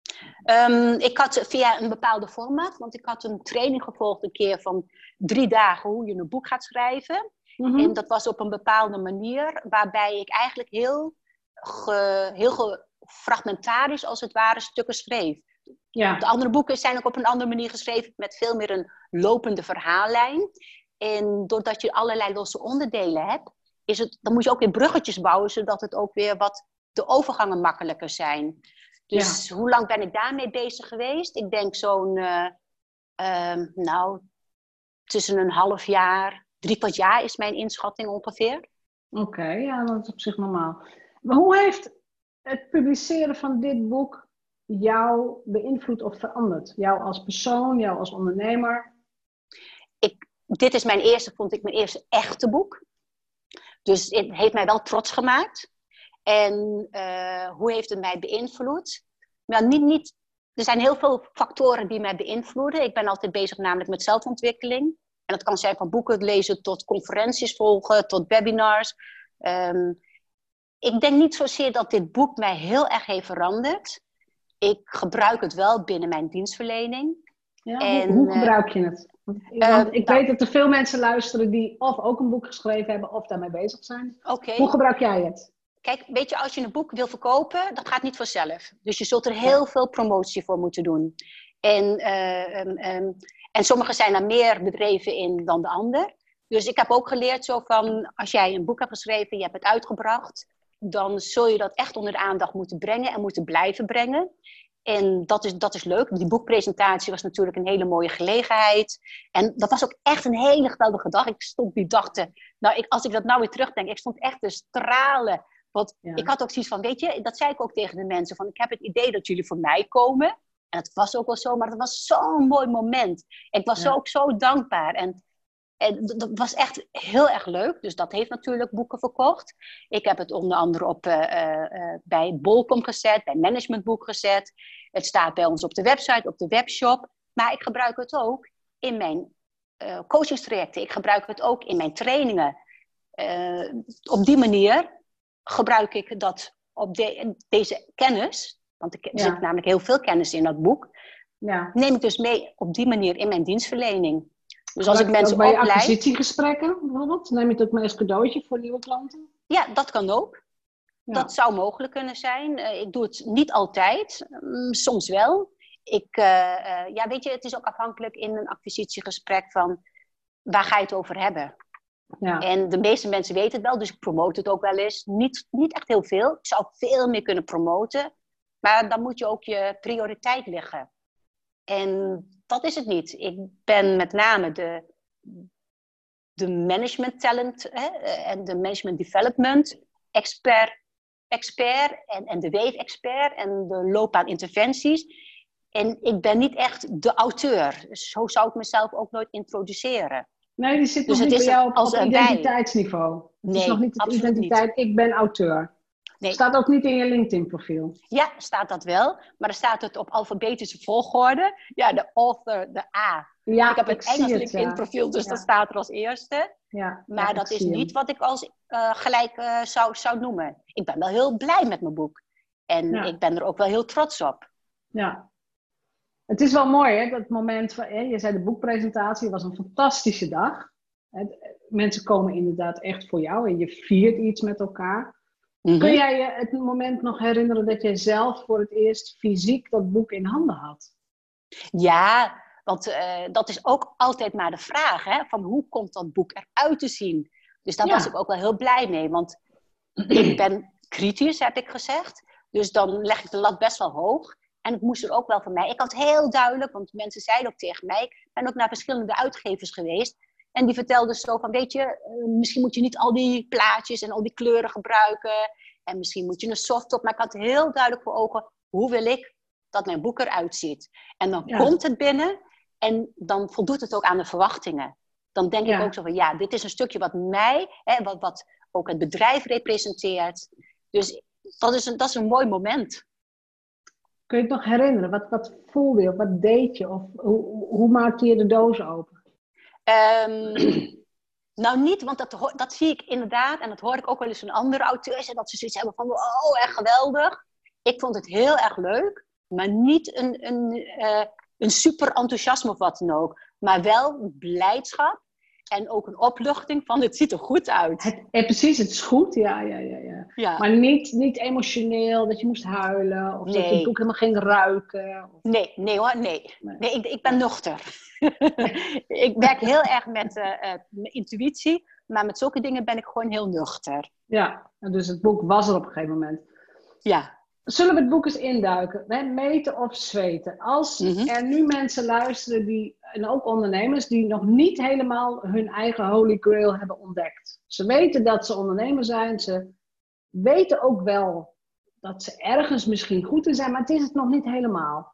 Um, ik had via een bepaalde format, want ik had een training gevolgd een keer van drie dagen hoe je een boek gaat schrijven. Mm-hmm. En dat was op een bepaalde manier, waarbij ik eigenlijk heel, ge, heel ge, fragmentarisch als het ware stukken schreef. Ja. De andere boeken zijn ook op een andere manier geschreven, met veel meer een lopende verhaallijn. En doordat je allerlei losse onderdelen hebt, is het, dan moet je ook weer bruggetjes bouwen, zodat het ook weer wat de overgangen makkelijker zijn. Dus ja. Hoe lang ben ik daarmee bezig geweest? Ik denk zo'n, uh, uh, nou, tussen een half jaar, drie kwart jaar is mijn inschatting ongeveer. Oké, okay, ja, dat is op zich normaal. Maar hoe heeft het publiceren van dit boek jou beïnvloed of veranderd? Jou als persoon, jou als ondernemer? Ik, dit is mijn eerste, vond ik, mijn eerste echte boek. Dus het heeft mij wel trots gemaakt. En uh, hoe heeft het mij beïnvloed? Nou, niet, niet, er zijn heel veel factoren die mij beïnvloeden. Ik ben altijd bezig namelijk met zelfontwikkeling. En dat kan zijn van boeken lezen tot conferenties volgen, tot webinars. Um, ik denk niet zozeer dat dit boek mij heel erg heeft veranderd. Ik gebruik het wel binnen mijn dienstverlening. Ja, en, hoe, hoe gebruik je het? Want, uh, want ik nou, weet dat er veel mensen luisteren die of ook een boek geschreven hebben of daarmee bezig zijn. Okay. Hoe gebruik jij het? Kijk, weet je, als je een boek wil verkopen, dat gaat niet vanzelf. Dus je zult er heel ja. veel promotie voor moeten doen. En, uh, um, um, en sommige zijn er meer bedreven in dan de ander. Dus ik heb ook geleerd zo van, als jij een boek hebt geschreven, je hebt het uitgebracht, dan zul je dat echt onder de aandacht moeten brengen en moeten blijven brengen. En dat is, dat is leuk. Die boekpresentatie was natuurlijk een hele mooie gelegenheid. En dat was ook echt een hele geweldige dag. Ik stond die dag te... Nou, ik, als ik dat nou weer terugdenk, ik stond echt te stralen. Want ja. ik had ook zoiets van, weet je, dat zei ik ook tegen de mensen, van ik heb het idee dat jullie voor mij komen. En dat was ook wel zo, maar dat was zo'n mooi moment. Ik was ja. ook zo dankbaar. En, en dat was echt heel erg leuk. Dus dat heeft natuurlijk boeken verkocht. Ik heb het onder andere op, uh, uh, bij Bolcom gezet, bij Managementboek gezet. Het staat bij ons op de website, op de webshop. Maar ik gebruik het ook in mijn uh, coachingstrajecten. Ik gebruik het ook in mijn trainingen. Uh, op die manier gebruik ik dat op de, deze kennis, want er ja. zit namelijk heel veel kennis in dat boek, ja. neem ik dus mee op die manier in mijn dienstverlening. Dus als ik mensen ook bij opleid... acquisitiegesprekken bijvoorbeeld? Neem je het ook mee als cadeautje voor nieuwe klanten? Ja, dat kan ook. Ja. Dat zou mogelijk kunnen zijn. Uh, ik doe het niet altijd, um, soms wel. Ik, uh, uh, ja, weet je, het is ook afhankelijk in een acquisitiegesprek van waar ga je het over hebben. Ja. En de meeste mensen weten het wel, dus ik promote het ook wel eens. Niet, niet echt heel veel. Ik zou veel meer kunnen promoten. Maar dan moet je ook je prioriteit leggen. En dat is het niet. Ik ben met name de, de management talent hè, en de management development expert, expert en, en de weefexpert en de loopbaaninterventies. En ik ben niet echt de auteur. Zo zou ik mezelf ook nooit introduceren. Nee, die zit dus nog niet bij jou op, op identiteitsniveau. Het nee, is nog niet de identiteit, niet. Ik ben auteur. Nee. Staat ook niet in je LinkedIn-profiel? Ja, staat dat wel. Maar dan staat het op alfabetische volgorde. Ja, de author, de A. Ja, ik heb een Engels LinkedIn-profiel, ja. dus ja. dat staat er als eerste. Ja, maar ja, dat is niet wat ik als uh, gelijk uh, zou, zou noemen. Ik ben wel heel blij met mijn boek. En ja. ik ben er ook wel heel trots op. Ja. Het is wel mooi, hè, dat moment van, hè, je zei de boekpresentatie was een fantastische dag. Mensen komen inderdaad echt voor jou en je viert iets met elkaar. Mm-hmm. Kun jij je het moment nog herinneren dat jij zelf voor het eerst fysiek dat boek in handen had? Ja, want uh, dat is ook altijd maar de vraag, hè, van hoe komt dat boek eruit te zien? Dus daar ja. was ik ook wel heel blij mee, want ik ben kritisch, heb ik gezegd. Dus dan leg ik de lat best wel hoog. En het moest er ook wel van mij. Ik had heel duidelijk, want mensen zeiden ook tegen mij, ik ben ook naar verschillende uitgevers geweest. En die vertelden zo van, weet je, misschien moet je niet al die plaatjes en al die kleuren gebruiken. En misschien moet je een softtop. Maar ik had heel duidelijk voor ogen, hoe wil ik dat mijn boek eruit ziet. En dan ja. komt het binnen en dan voldoet het ook aan de verwachtingen. Dan denk ja. ik ook zo van, ja, dit is een stukje wat mij, hè, wat, wat ook het bedrijf representeert. Dus dat is een, dat is een mooi moment. Kun je het nog herinneren? Wat, wat voelde je of wat deed je? Of hoe, hoe maakte je de doos open? Um, nou niet, want dat, dat zie ik inderdaad. En dat hoor ik ook wel eens van andere auteurs. Dat ze zoiets hebben van, oh, echt geweldig. Ik vond het heel erg leuk. Maar niet een, een, uh, een super enthousiasme of wat dan ook. Maar wel blijdschap. En ook een opluchting van het ziet er goed uit. Het, het, precies, het is goed. Ja, ja, ja, ja. ja. Maar niet, niet emotioneel, dat je moest huilen. Of nee. dat je het boek helemaal ging ruiken. Of... Nee, nee hoor, nee. nee. nee ik, ik ben nuchter. Ik werk heel erg met uh, uh, mijn intuïtie. Maar met zulke dingen ben ik gewoon heel nuchter. Ja, dus het boek was er op een gegeven moment. Ja. Zullen we het boek eens induiken? Hè? Meten of zweten. Als mm-hmm. er nu mensen luisteren, die, en ook ondernemers, die nog niet helemaal hun eigen holy grail hebben ontdekt. Ze weten dat ze ondernemer zijn. Ze weten ook wel dat ze ergens misschien goed in zijn, maar het is het nog niet helemaal.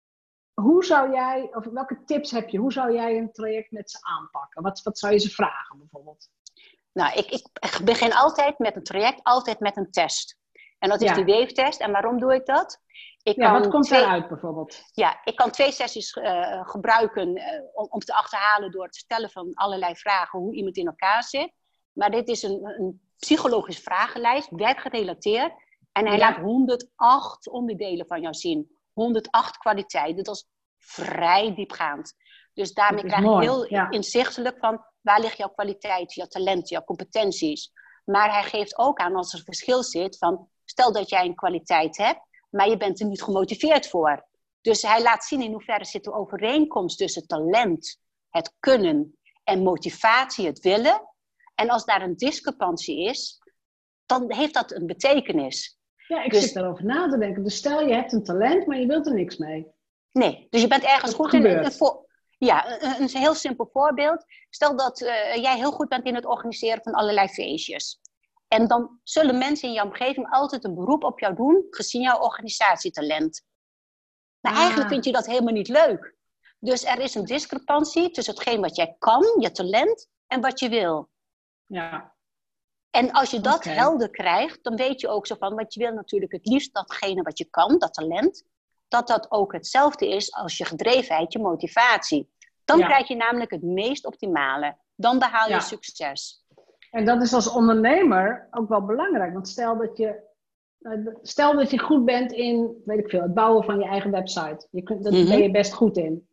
Hoe zou jij, of welke tips heb je? Hoe zou jij een traject met ze aanpakken? Wat, wat zou je ze vragen bijvoorbeeld? Nou, ik, ik begin altijd met een traject, altijd met een test. En dat is ja. die weeftest. En waarom doe ik dat? Ik ja, kan wat komt twee, eruit bijvoorbeeld? Ja, ik kan twee sessies uh, gebruiken uh, om, om te achterhalen door te stellen van allerlei vragen hoe iemand in elkaar zit. Maar dit is een, een psychologische vragenlijst, werkgerelateerd. En hij ja. laat honderdacht onderdelen van jou zien. honderdacht kwaliteiten. Dat is vrij diepgaand. Dus daarmee krijg je heel ja. inzichtelijk van waar ligt jouw kwaliteit, jouw talent, jouw competenties. Maar hij geeft ook aan als er verschil zit van stel dat jij een kwaliteit hebt, maar je bent er niet gemotiveerd voor. Dus hij laat zien in hoeverre zit de overeenkomst tussen talent, het kunnen en motivatie, het willen. En als daar een discrepantie is, dan heeft dat een betekenis. Ja, ik dus, zit daarover na te denken. Dus stel je hebt een talent, maar je wilt er niks mee. Nee, dus je bent ergens dat goed gebeurt. in. Een vo- ja, een, een heel simpel voorbeeld. Stel dat uh, jij heel goed bent in het organiseren van allerlei feestjes. En dan zullen mensen in jouw omgeving altijd een beroep op jou doen, gezien jouw organisatietalent. Maar ah. eigenlijk vind je dat helemaal niet leuk. Dus er is een discrepantie tussen hetgeen wat jij kan, je talent, en wat je wil. Ja. En als je dat okay. helder krijgt, dan weet je ook zo van, want je wil natuurlijk het liefst datgene wat je kan, dat talent, dat dat ook hetzelfde is als je gedrevenheid, je motivatie. Dan ja. krijg je namelijk het meest optimale. Dan behaal je ja. succes. En dat is als ondernemer ook wel belangrijk. Want stel dat je, stel dat je goed bent in, weet ik veel, het bouwen van je eigen website. Je kunt, daar mm-hmm. ben je best goed in.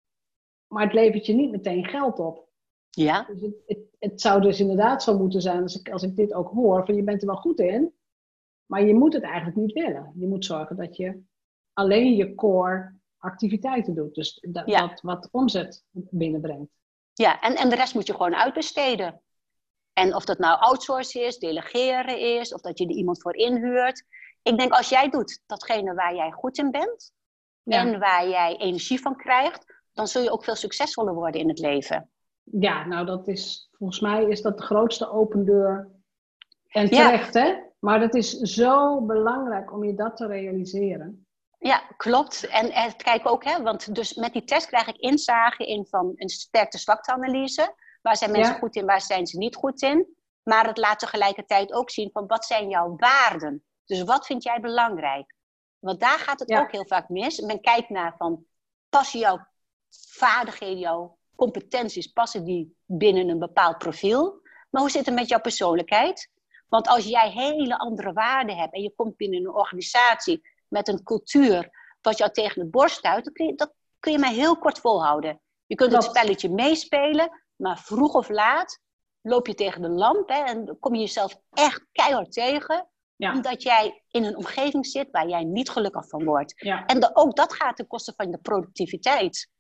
Maar het levert je niet meteen geld op. Ja. Dus het, het, het zou dus inderdaad zo moeten zijn, als ik, als ik dit ook hoor, van je bent er wel goed in. Maar je moet het eigenlijk niet willen. Je moet zorgen dat je alleen je core activiteiten doet. Dus dat, ja. dat wat omzet binnenbrengt. Ja, en, en de rest moet je gewoon uitbesteden. En of dat nou outsourcen is, delegeren is, of dat je er iemand voor inhuurt. Ik denk als jij doet datgene waar jij goed in bent, ja. en waar jij energie van krijgt, dan zul je ook veel succesvoller worden in het leven. Ja, nou dat is, volgens mij is dat de grootste open deur. En terecht ja. hè, maar dat is zo belangrijk om je dat te realiseren. Ja, klopt. En, en kijk ook, hè, want dus met die test krijg ik inzage in van een sterkte-zwakte-analyse. Waar zijn mensen ja. goed in, waar zijn ze niet goed in? Maar het laat tegelijkertijd ook zien van wat zijn jouw waarden? Dus wat vind jij belangrijk? Want daar gaat het ja. ook heel vaak mis. Men kijkt naar van, passen jouw vaardigheden, jouw competenties, passen die binnen een bepaald profiel? Maar hoe zit het met jouw persoonlijkheid? Want als jij hele andere waarden hebt en je komt binnen een organisatie met een cultuur wat jou tegen het borst stuit, dan kun je, dat kun je maar heel kort volhouden. Je kunt het spelletje meespelen, maar vroeg of laat loop je tegen de lamp hè, en dan kom je jezelf echt keihard tegen. Ja. Omdat jij in een omgeving zit waar jij niet gelukkig van wordt. Ja. En de, ook dat gaat ten koste van de productiviteit.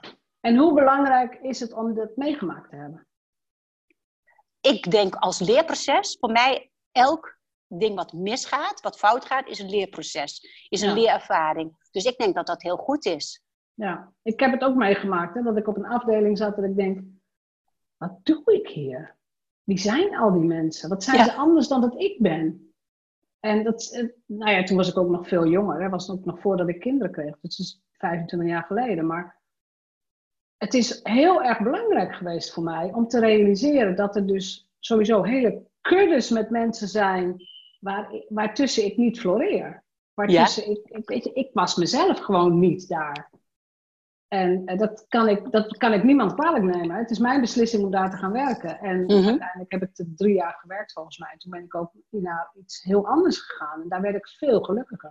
En hoe belangrijk is het om dat meegemaakt te hebben? Ik denk als leerproces, voor mij elk ding wat misgaat, wat fout gaat, is een leerproces. Is een ja. leerervaring. Dus ik denk dat dat heel goed is. Ja, ik heb het ook meegemaakt. Hè, dat ik op een afdeling zat en ik denk, wat doe ik hier? Wie zijn al die mensen? Wat zijn ja. ze anders dan dat ik ben? En dat, nou ja, toen was ik ook nog veel jonger. Dat was ook nog voordat ik kinderen kreeg. Dat is vijfentwintig jaar geleden. Maar het is heel erg belangrijk geweest voor mij om te realiseren dat er dus sowieso hele kuddes met mensen zijn waar, waartussen ik niet floreer. Waartussen ja. ik, ik, weet je, ik was mezelf gewoon niet daar. En uh, dat, kan ik, dat kan ik niemand kwalijk nemen. Het is mijn beslissing om daar te gaan werken. En mm-hmm. uiteindelijk heb ik er drie jaar gewerkt volgens mij. Toen ben ik ook naar iets heel anders gegaan. En daar werd ik veel gelukkiger.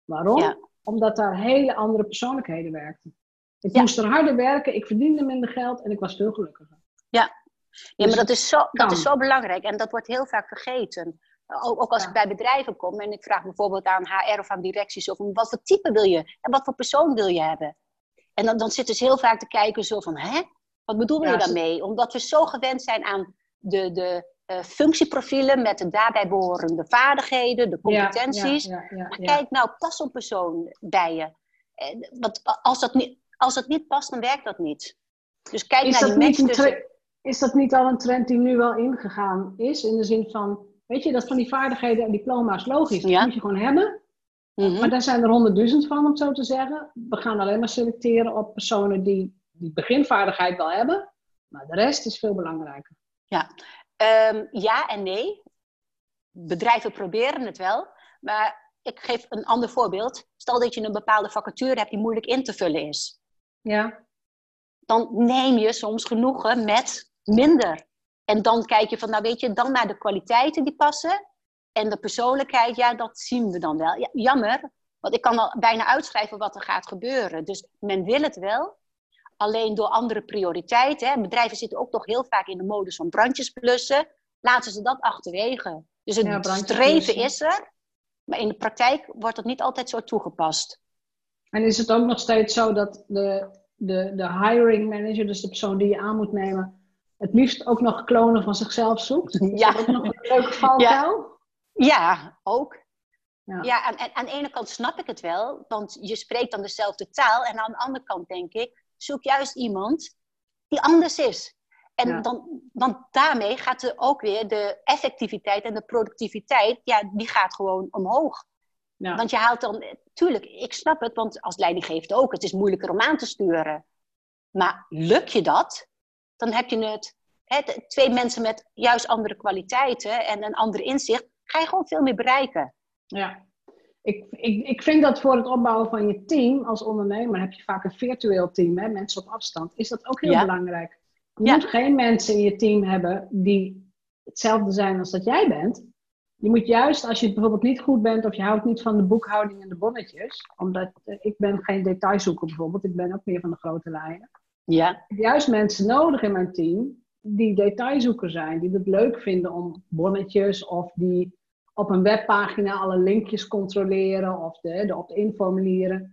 Waarom? Ja. Omdat daar hele andere persoonlijkheden werkten. Ik Ja. moest er harder werken, ik verdiende minder geld en ik was veel gelukkiger. Ja, ja Dus maar dat is, zo, dat kan. is zo belangrijk en dat wordt heel vaak vergeten. Ook, ook als Ja. ik bij bedrijven kom en ik vraag bijvoorbeeld aan H R of aan directies of wat voor type wil je en wat voor persoon wil je hebben. En dan, dan zitten ze heel vaak te kijken zo van, hè, wat bedoel Ja, je ze- daarmee? Omdat we zo gewend zijn aan de, de uh, functieprofielen met de daarbij behorende vaardigheden, de competenties. Ja, ja, ja, ja, Maar ja. kijk nou, past zo'n persoon bij je? En, want als dat, niet, als dat niet past, dan werkt dat niet. Dus kijk Is naar dat, die niet match een tussen... tre- is dat niet al een trend die nu wel ingegaan is? In de zin van, weet je, dat van die vaardigheden en diploma's, logisch, dat Ja. moet je gewoon hebben. Mm-hmm. Maar daar zijn er honderdduizend van, om het zo te zeggen. We gaan alleen maar selecteren op personen die die beginvaardigheid wel hebben. Maar de rest is veel belangrijker. Ja. Um, ja en nee. Bedrijven proberen het wel. Maar ik geef een ander voorbeeld. Stel dat je een bepaalde vacature hebt die moeilijk in te vullen is. Ja. Dan neem je soms genoegen met minder. En dan kijk je van, nou weet je, dan naar de kwaliteiten die passen. En de persoonlijkheid, ja, dat zien we dan wel. Ja, jammer, want ik kan al bijna uitschrijven wat er gaat gebeuren. Dus men wil het wel. Alleen door andere prioriteiten. Hè. Bedrijven zitten ook toch heel vaak in de modus van brandjes blussen. Laten ze dat achterwege. Dus het Ja, brandjes streven blussen. is er. Maar in de praktijk wordt dat niet altijd zo toegepast. En is het ook nog steeds zo dat de, de, de hiring manager, dus de persoon die je aan moet nemen, het liefst ook nog klonen van zichzelf zoekt? Is Ja. dat ook nog een leuke valkuil? Ja, ook. Ja. Ja, aan, aan de ene kant snap ik het wel. Want je spreekt dan dezelfde taal. En aan de andere kant denk ik, zoek juist iemand die anders is. En Ja. dan, want daarmee gaat er ook weer de effectiviteit en de productiviteit, ja, die gaat gewoon omhoog. Ja. Want je haalt dan, tuurlijk, ik snap het, want als leidinggevende ook, het is moeilijker om aan te sturen. Maar lukt je dat, dan heb je het, hè, twee mensen met juist andere kwaliteiten en een ander inzicht, ga je gewoon veel meer bereiken. Ja. Ik, ik, ik vind dat voor het opbouwen van je team als ondernemer, heb je vaak een virtueel team, hè, mensen op afstand, is dat ook heel Ja. belangrijk. Je Ja. moet geen mensen in je team hebben die hetzelfde zijn als dat jij bent. Je moet juist, als je bijvoorbeeld niet goed bent of je houdt niet van de boekhouding en de bonnetjes, omdat eh, ik ben geen detailzoeker bijvoorbeeld, ik ben ook meer van de grote lijnen. Ja. Ik heb juist mensen nodig in mijn team die detailzoeker zijn, die het leuk vinden om bonnetjes of die op een webpagina alle linkjes controleren of de, de opt-in formulieren.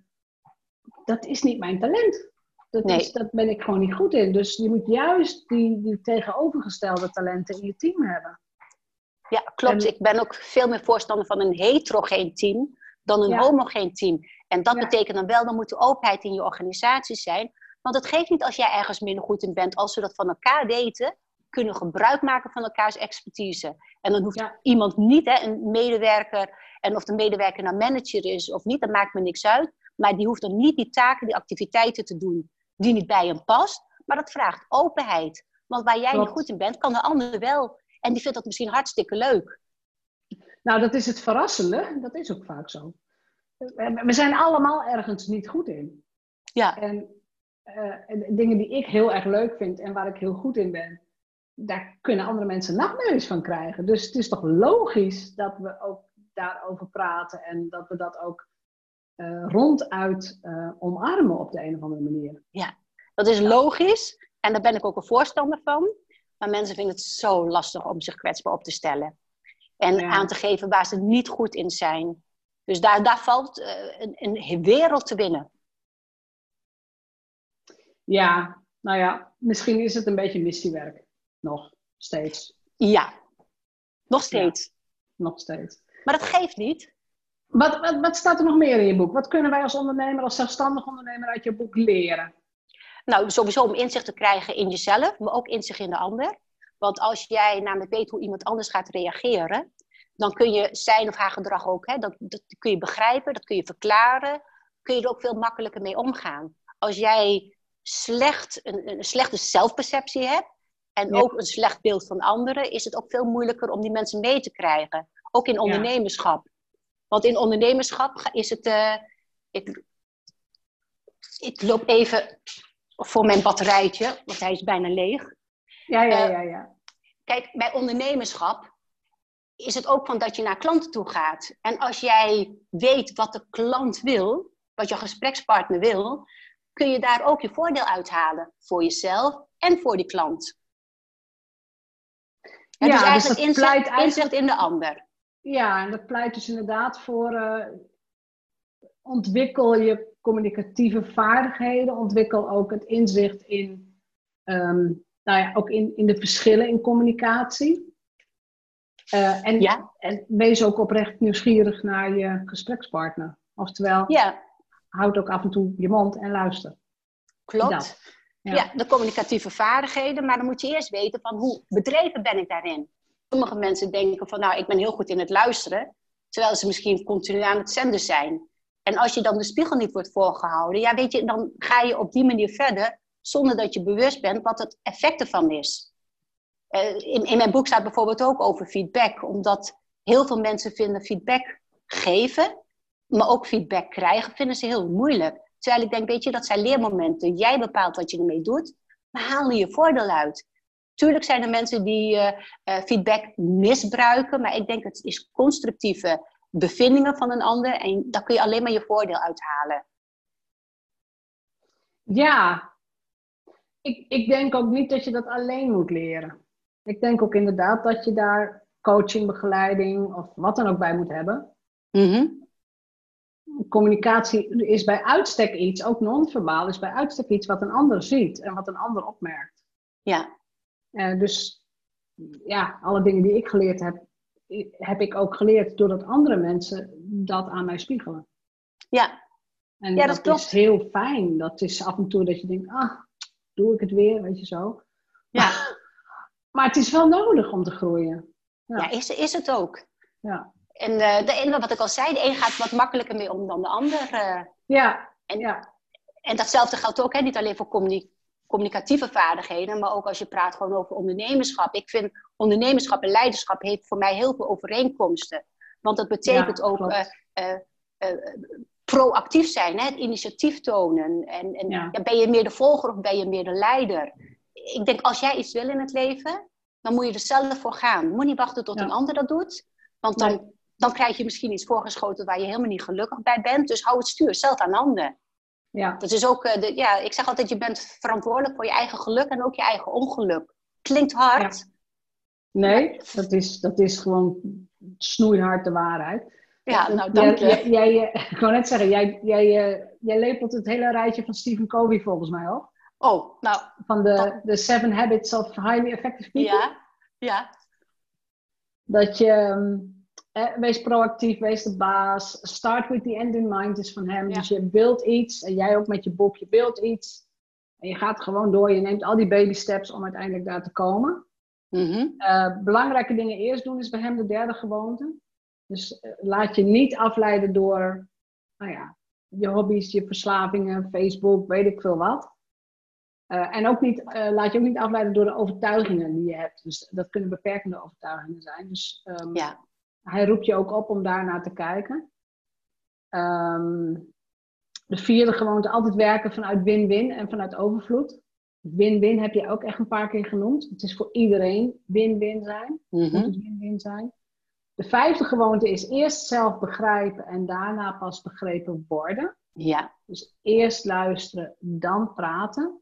Dat is niet mijn talent. Dat, Nee. is, dat ben ik gewoon niet goed in. Dus je moet juist die, die tegenovergestelde talenten in je team hebben. Ja, klopt. En- Ik ben ook veel meer voorstander van een heterogeen team dan een Ja. homogeen team. En dat Ja. betekent dan wel, dan moet er openheid in je organisatie zijn. Want het geeft niet als jij ergens minder goed in bent, als we dat van elkaar weten, kunnen we gebruik maken van elkaars expertise. En dan hoeft Ja. iemand niet, hè, een medewerker, en of de medewerker nou manager is of niet, dat maakt me niks uit. Maar die hoeft dan niet die taken, die activiteiten te doen die niet bij hem past. Maar dat vraagt openheid. Want waar jij Klopt. niet goed in bent, kan de ander wel. En die vindt dat misschien hartstikke leuk. Nou, dat is het verrassende. Dat is ook vaak zo. We we zijn allemaal ergens niet goed in. Ja, En uh, dingen die ik heel erg leuk vind en waar ik heel goed in ben, daar kunnen andere mensen nachtmerries van krijgen. Dus het is toch logisch dat we ook daarover praten en dat we dat ook uh, ronduit uh, omarmen op de een of andere manier. ja, dat is logisch. En daar ben ik ook een voorstander van. Maar mensen vinden het zo lastig om zich kwetsbaar op te stellen. En Ja. aan te geven waar ze niet goed in zijn. Dus daar, daar valt uh, een, een wereld te winnen. Ja, nou ja, misschien is het een beetje missiewerk. Nog steeds. Ja, nog steeds. Ja, nog steeds. Maar dat geeft niet. Wat, wat, wat staat er nog meer in je boek? Wat kunnen wij als ondernemer, als zelfstandig ondernemer uit je boek leren? Nou, sowieso om inzicht te krijgen in jezelf, maar ook inzicht in de ander. Want als jij namelijk weet hoe iemand anders gaat reageren, dan kun je zijn of haar gedrag ook, hè, dat, dat kun je begrijpen, dat kun je verklaren, kun je er ook veel makkelijker mee omgaan. Als jij slecht, een, een slechte zelfperceptie hebt en Ja. ook een slecht beeld van anderen, is het ook veel moeilijker om die mensen mee te krijgen. Ook in ondernemerschap. Want in ondernemerschap is het... Uh, ik, ik loop even voor mijn batterijtje, want hij is bijna leeg. Ja, ja, Uh, ja, ja. Kijk, bij ondernemerschap is het ook van dat je naar klanten toe gaat. En als jij weet wat de klant wil, wat je gesprekspartner wil, kun je daar ook je voordeel uithalen. Voor jezelf en voor die klant. Ja, Ja, dus dus eigenlijk dat inzicht, pleit eigenlijk- inzicht in de ander. Ja, en dat pleit dus inderdaad voor uh, ontwikkel je communicatieve vaardigheden, ontwikkel ook het inzicht in, um, nou ja, ook in, in de verschillen in communicatie. Uh, en, Ja. en wees ook oprecht nieuwsgierig naar je gesprekspartner. Oftewel, Ja. houd ook af en toe je mond en luister. Klopt. Dat. Ja. Ja, de communicatieve vaardigheden, maar dan moet je eerst weten van hoe bedreven ben ik daarin. Sommige mensen denken van nou, ik ben heel goed in het luisteren, terwijl ze misschien continu aan het zenden zijn. En als je dan de spiegel niet wordt voorgehouden, ja weet je, dan ga je op die manier verder, zonder dat je bewust bent wat het effect ervan is. Uh, in, in mijn boek staat bijvoorbeeld ook over feedback, omdat heel veel mensen vinden feedback geven, maar ook feedback krijgen, vinden ze heel moeilijk. Terwijl ik denk, weet je, dat zijn leermomenten. Jij bepaalt wat je ermee doet, maar haal er je voordeel uit. Tuurlijk zijn er mensen die uh, uh, feedback misbruiken, maar ik denk het is constructieve bevindingen van een ander en daar kun je alleen maar je voordeel uithalen. Ja, ik, ik denk ook niet dat je dat alleen moet leren. Ik denk ook inderdaad dat je daar coaching, begeleiding of wat dan ook bij moet hebben. Mm-hmm. Communicatie is bij uitstek iets, ook non-verbaal, is bij uitstek iets wat een ander ziet en wat een ander opmerkt. Ja. Uh, dus ja, alle dingen die ik geleerd heb, heb ik ook geleerd doordat andere mensen dat aan mij spiegelen. Ja, en ja dat, dat klopt. is heel fijn. Dat is af en toe dat je denkt, ah, doe ik het weer, weet je zo. Ja. Maar het is wel nodig om te groeien. Ja, ja is, is het ook. Ja. En uh, de ene, wat ik al zei, de een gaat wat makkelijker mee om dan de ander. Uh, ja. En, ja. en datzelfde geldt ook, hè, niet alleen voor communi- communicatieve vaardigheden, maar ook als je praat gewoon over ondernemerschap. Ik vind ondernemerschap en leiderschap heeft voor mij heel veel overeenkomsten. Want dat betekent ja, ook uh, uh, uh, proactief zijn, hè, het initiatief tonen. En, en ja. Ja, ben je meer de volger of ben je meer de leider? Ik denk, als jij iets wil in het leven, dan moet je er zelf voor gaan. Moet niet wachten tot ja. een ander dat doet. Want dan, nee. dan krijg je misschien iets voorgeschoten waar je helemaal niet gelukkig bij bent. Dus hou het stuur zelf aan handen. Ja. Dat is ook, uh, de, ja, ik zeg altijd, je bent verantwoordelijk voor je eigen geluk en ook je eigen ongeluk. Klinkt hard. Ja. Nee, dat is, dat is gewoon snoeihard de waarheid. Ja, nou dank je. Jij, jij, jij, ik wou net zeggen, jij, jij, jij lepelt het hele rijtje van Stephen Covey volgens mij op. Oh, nou. Van de, dat... de Seven Habits of Highly Effective People. Ja, ja. Dat je, eh, wees proactief, wees de baas. Start with the end in mind is van hem. Ja. Dus je built iets, en jij ook met je boek, je built iets. En je gaat gewoon door, je neemt al die baby steps om uiteindelijk daar te komen. Mm-hmm. Uh, belangrijke dingen eerst doen is bij hem de derde gewoonte. Dus uh, laat je niet afleiden door, nou ja, je hobby's, je verslavingen, Facebook, weet ik veel wat. Uh, en ook niet, uh, laat je ook niet afleiden door de overtuigingen die je hebt. Dus dat kunnen beperkende overtuigingen zijn. Dus um, ja. hij roept je ook op om daar naar te kijken. Um, de vierde gewoonte, altijd werken vanuit win-win en vanuit overvloed. Win-win heb je ook echt een paar keer genoemd. Het is voor iedereen win-win zijn. Mm-hmm. Moet het win-win zijn. De vijfde gewoonte is eerst zelf begrijpen en daarna pas begrepen worden. Ja. Dus eerst luisteren, dan praten.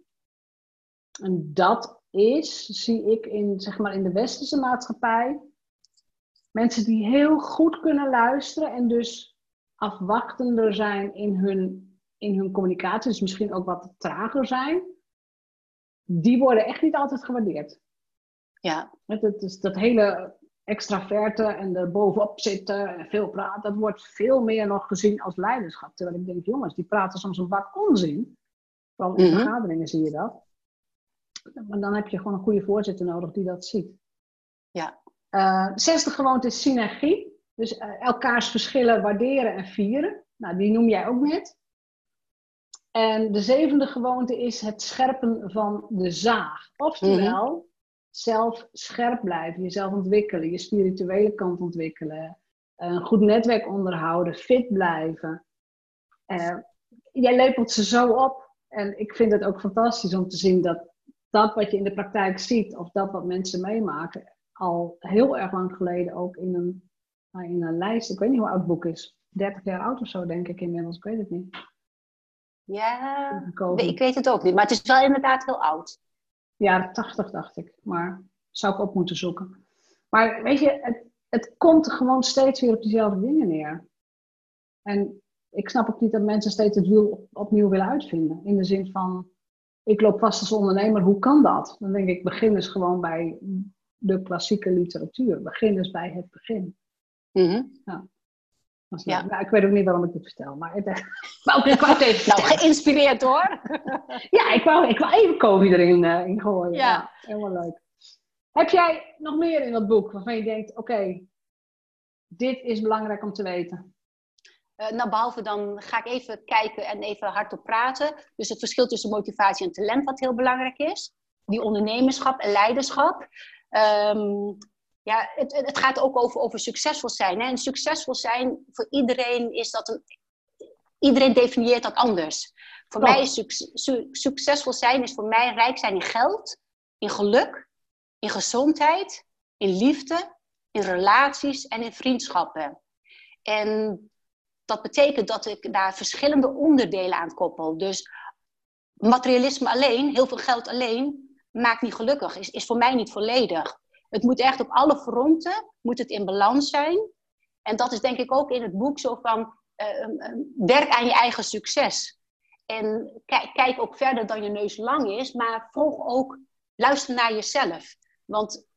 En dat is, zie ik in, zeg maar in de westerse maatschappij, mensen die heel goed kunnen luisteren en dus afwachtender zijn in hun, in hun communicatie, dus misschien ook wat trager zijn, die worden echt niet altijd gewaardeerd. Ja. Het is dat hele extraverte en er bovenop zitten en veel praten, dat wordt veel meer nog gezien als leiderschap. Terwijl ik denk, jongens, die praten soms een bak onzin. Vooral in Mm-hmm. vergaderingen zie je dat. Maar dan heb je gewoon een goede voorzitter nodig die dat ziet. Ja. Uh, zesde gewoonte is synergie. Dus uh, elkaars verschillen waarderen en vieren. Nou, die noem jij ook net. En de zevende gewoonte is het scherpen van de zaag. Oftewel, mm-hmm. zelf scherp blijven, jezelf ontwikkelen, je spirituele kant ontwikkelen, een goed netwerk onderhouden, fit blijven. Uh, jij lepelt ze zo op. En ik vind het ook fantastisch om te zien dat dat wat je in de praktijk ziet, of dat wat mensen meemaken, al heel erg lang geleden ook in een, nou, in een lijst. Ik weet niet hoe oud het boek is. dertig jaar oud of zo, denk ik inmiddels. Ik weet het niet. Ja, Gekomen. ik weet het ook niet. Maar het is wel inderdaad heel oud. Jaren tachtig dacht ik. Maar zou ik op moeten zoeken. Maar weet je, het, het komt gewoon steeds weer op diezelfde dingen neer. En ik snap ook niet dat mensen steeds het wiel op, opnieuw willen uitvinden. In de zin van, ik loop vast als ondernemer, hoe kan dat? Dan denk ik, begin eens gewoon bij de klassieke literatuur. Begin eens bij het begin. Mm-hmm. Ja. Ja. Nou, ik weet ook niet waarom ik dit vertel, maar het, maar ik wou het even nou, geïnspireerd hoor. Ja, ik wou, ik wou even COVID erin uh, in gooien. Ja. Ja, helemaal leuk. Heb jij nog meer in dat boek waarvan je denkt, oké, okay, dit is belangrijk om te weten? Uh, nou, behalve dan ga ik even kijken en even hardop praten. Dus het verschil tussen motivatie en talent, wat heel belangrijk is. Die ondernemerschap en leiderschap. Um, ja, het, het gaat ook over, over succesvol zijn. Hè? En succesvol zijn, voor iedereen is dat een... Iedereen definieert dat anders. Voor Klopt. mij is suc- su- succesvol zijn, is voor mij rijk zijn in geld, in geluk, in gezondheid, in liefde, in relaties en in vriendschappen. En dat betekent dat ik daar verschillende onderdelen aan koppel. Dus materialisme alleen, heel veel geld alleen, maakt niet gelukkig. Is, is voor mij niet volledig. Het moet echt op alle fronten, moet het in balans zijn. En dat is denk ik ook in het boek zo van, uh, uh, werk aan je eigen succes. En kijk, kijk ook verder dan je neus lang is, maar volg ook, luister naar jezelf. Want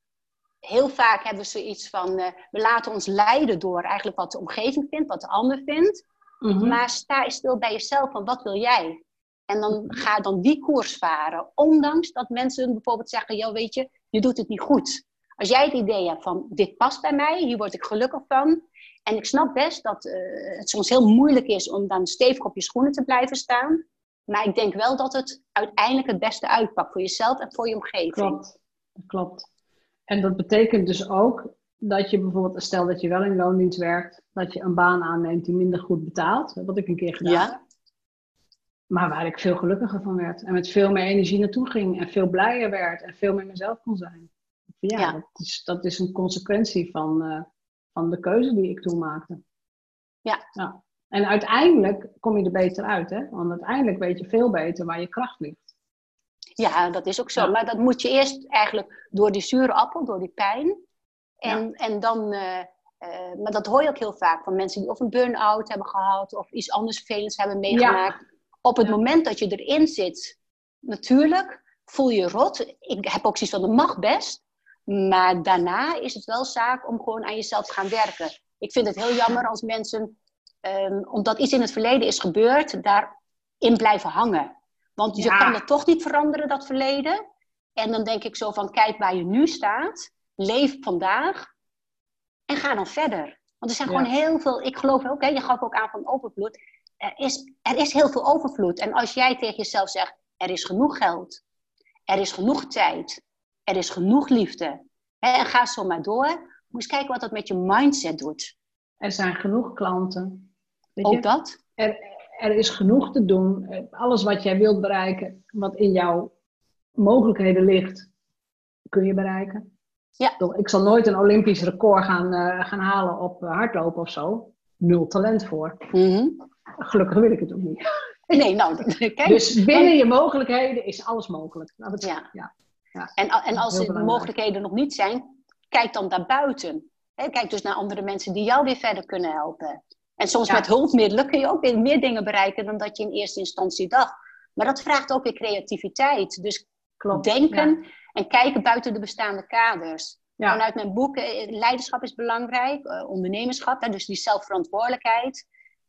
heel vaak hebben we zoiets van, uh, we laten ons leiden door eigenlijk wat de omgeving vindt, wat de ander vindt. Mm-hmm. Maar sta eens stil bij jezelf van, wat wil jij? En dan ga dan die koers varen. Ondanks dat mensen bijvoorbeeld zeggen, ja, weet je, je doet het niet goed. Als jij het idee hebt van, dit past bij mij, hier word ik gelukkig van. En ik snap best dat uh, het soms heel moeilijk is om dan stevig op je schoenen te blijven staan. Maar ik denk wel dat het uiteindelijk het beste uitpakt voor jezelf en voor je omgeving. Klopt, dat klopt. En dat betekent dus ook dat je bijvoorbeeld, stel dat je wel in loondienst werkt, dat je een baan aanneemt die minder goed betaalt. Wat ik een keer gedaan ja. heb. Maar waar ik veel gelukkiger van werd. En met veel meer energie naartoe ging. En veel blijer werd. En veel meer mezelf kon zijn. Ja, ja. Dat, is, dat is een consequentie van, uh, van de keuze die ik toen maakte. Ja. ja. En uiteindelijk kom je er beter uit. Hè? Want uiteindelijk weet je veel beter waar je kracht ligt. Ja, dat is ook zo. Ja. Maar dat moet je eerst eigenlijk door die zure appel, door die pijn. En, Ja. en dan... Uh, uh, maar dat hoor je ook heel vaak van mensen die of een burn-out hebben gehad. Of iets anders vervelends hebben meegemaakt. Ja. Op het ja. moment dat je erin zit, natuurlijk, voel je rot. Ik heb ook zoiets van, dat mag best. Maar daarna is het wel zaak om gewoon aan jezelf te gaan werken. Ik vind het heel jammer als mensen, um, omdat iets in het verleden is gebeurd, daarin blijven hangen. Want je ja. kan het toch niet veranderen, dat verleden. En dan denk ik zo van, kijk waar je nu staat. Leef vandaag. En ga dan verder. Want er zijn ja. gewoon heel veel, ik geloof ook, hè, je gaf ook aan van overvloed. Er is, er is heel veel overvloed. En als jij tegen jezelf zegt, er is genoeg geld. Er is genoeg tijd. Er is genoeg liefde. Hè, en ga zo maar door. Moet eens kijken wat dat met je mindset doet. Er zijn genoeg klanten. Weet ook je? dat? Er, er is genoeg te doen. Alles wat jij wilt bereiken, wat in jouw mogelijkheden ligt, kun je bereiken. Ja. Ik zal nooit een Olympisch record gaan, uh, gaan halen op uh, hardlopen of zo. Nul talent voor. Mm-hmm. Gelukkig wil ik het ook niet. Nee, nou, kijk. Dus binnen je mogelijkheden is alles mogelijk. Nou, dat, ja. Ja. Ja. En, en als de mogelijkheden nog niet zijn, kijk dan daarbuiten. He, kijk dus naar andere mensen die jou weer verder kunnen helpen. En soms ja. met hulpmiddelen kun je ook weer meer dingen bereiken dan dat je in eerste instantie dacht. Maar dat vraagt ook weer creativiteit. Dus Klopt. denken ja. en kijken buiten de bestaande kaders. Ja. Vanuit mijn boek, leiderschap is belangrijk, uh, ondernemerschap, hè, dus die zelfverantwoordelijkheid.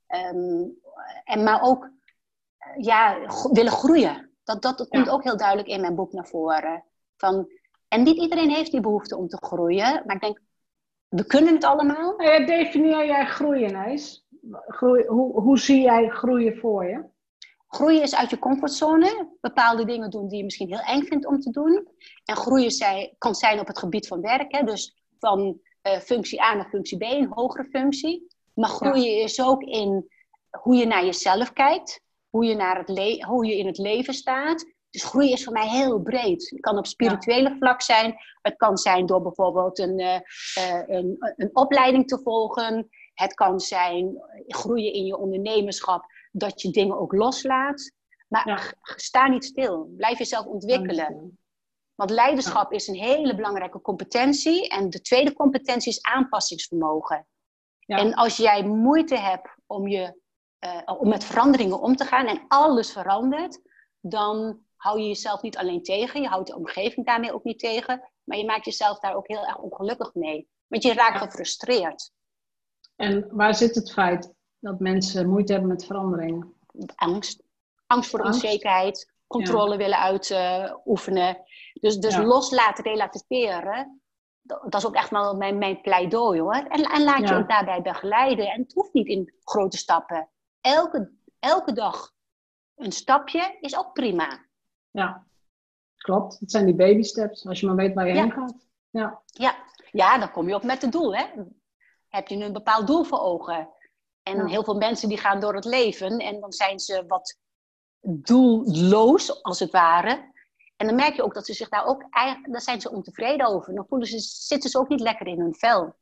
Um, en maar ook uh, ja, go- willen groeien. Dat, dat, dat ja. komt ook heel duidelijk in mijn boek naar voren. Van, en niet iedereen heeft die behoefte om te groeien. Maar ik denk, we kunnen het allemaal. Uh, definieer jij groeien, Nijs? Groei, hoe, hoe zie jij groeien voor je? Groeien is uit je comfortzone. Bepaalde dingen doen die je misschien heel eng vindt om te doen. En groeien zij, kan zijn op het gebied van werk. Hè? Dus van uh, functie A naar functie B, een hogere functie. Maar groeien ja. is ook in hoe je naar jezelf kijkt. Hoe je, naar het le- hoe je in het leven staat. Dus groei is voor mij heel breed. Het kan op spirituele ja. vlak zijn. Het kan zijn door bijvoorbeeld een, uh, uh, een, een opleiding te volgen. Het kan zijn groeien in je ondernemerschap. Dat je dingen ook loslaat. Maar ja. sta niet stil. Blijf jezelf ontwikkelen. Want leiderschap ja. is een hele belangrijke competentie. En de tweede competentie is aanpassingsvermogen. Ja. En als jij moeite hebt om, je, uh, om met veranderingen om te gaan. En alles verandert. Dan hou je jezelf niet alleen tegen. Je houdt de omgeving daarmee ook niet tegen. Maar je maakt jezelf daar ook heel erg ongelukkig mee. Want je raakt ja. gefrustreerd. En waar zit het feit dat mensen moeite hebben met veranderingen? Angst. Angst voor Angst. onzekerheid. Controle ja. willen uitoefenen. Uh, dus dus ja. loslaten, relativeren. Dat is ook echt wel mijn, mijn pleidooi hoor. En, en laat je ja. ook daarbij begeleiden. En het hoeft niet in grote stappen. Elke, elke dag een stapje is ook prima. Ja, klopt. Het zijn die baby steps. Als je maar weet waar je ja. heen gaat. Ja. Ja. ja, dan kom je ook met het doel. Hè? Heb je een bepaald doel voor ogen. En ja. heel veel mensen die gaan door het leven. En dan zijn ze wat doelloos, als het ware. En dan merk je ook dat ze zich daar ook... Daar zijn ze ontevreden over. Dan voelen ze, zitten ze ook niet lekker in hun vel.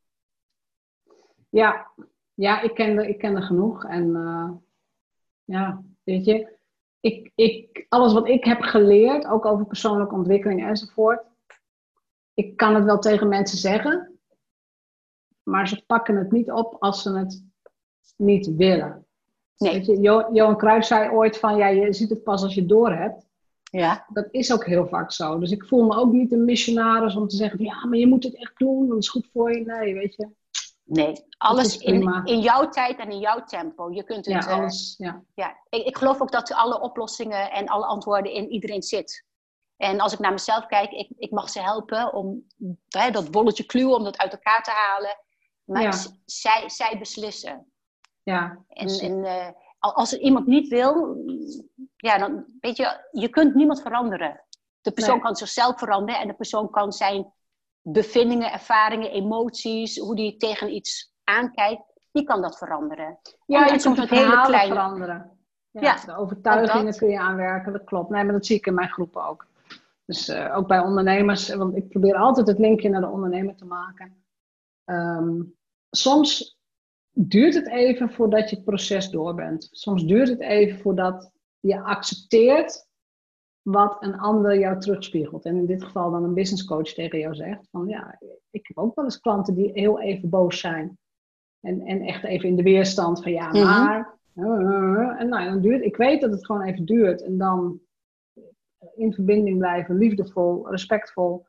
Ja, ja ik, ken er, ik ken er genoeg. En uh, ja, weet je... Ik, ik, alles wat ik heb geleerd, ook over persoonlijke ontwikkeling enzovoort. Ik kan het wel tegen mensen zeggen. Maar ze pakken het niet op als ze het niet willen. Nee. Weet je, jo- Johan Cruijff zei ooit van, ja, je ziet het pas als je het door hebt. Ja. Dat is ook heel vaak zo. Dus ik voel me ook niet een missionaris om te zeggen, ja, maar je moet het echt doen, dat is goed voor je. Nee, weet je. Nee, alles in, in jouw tijd en in jouw tempo. Je kunt het... Ja, alles, ja. Uh, ja. Ik, ik geloof ook dat alle oplossingen en alle antwoorden in iedereen zit. En als ik naar mezelf kijk, ik, ik mag ze helpen om hè, dat bolletje kluwen, om dat uit elkaar te halen. Maar ja. z- zij, zij beslissen. Ja, en en uh, als er iemand niet wil, ja, dan weet je, je kunt niemand veranderen. De persoon nee. kan zichzelf veranderen en de persoon kan zijn bevindingen, ervaringen, emoties, hoe die tegen iets aankijkt, die kan dat veranderen. Ja, en, je soms kunt met hele kleine veranderen. Ja, ja, de overtuigingen kun je aanwerken, dat klopt. Nee, maar dat zie ik in mijn groepen ook. Dus uh, ook bij ondernemers, want ik probeer altijd het linkje naar de ondernemer te maken. Um, soms duurt het even voordat je het proces door bent. Soms duurt het even voordat je accepteert wat een ander jou terugspiegelt. En in dit geval dan een business coach tegen jou zegt van ja, ik heb ook wel eens klanten die heel even boos zijn. En, en echt even in de weerstand van ja, maar... Mm-hmm. En nou, dan duurt, ik weet dat het gewoon even duurt. En dan in verbinding blijven, liefdevol, respectvol.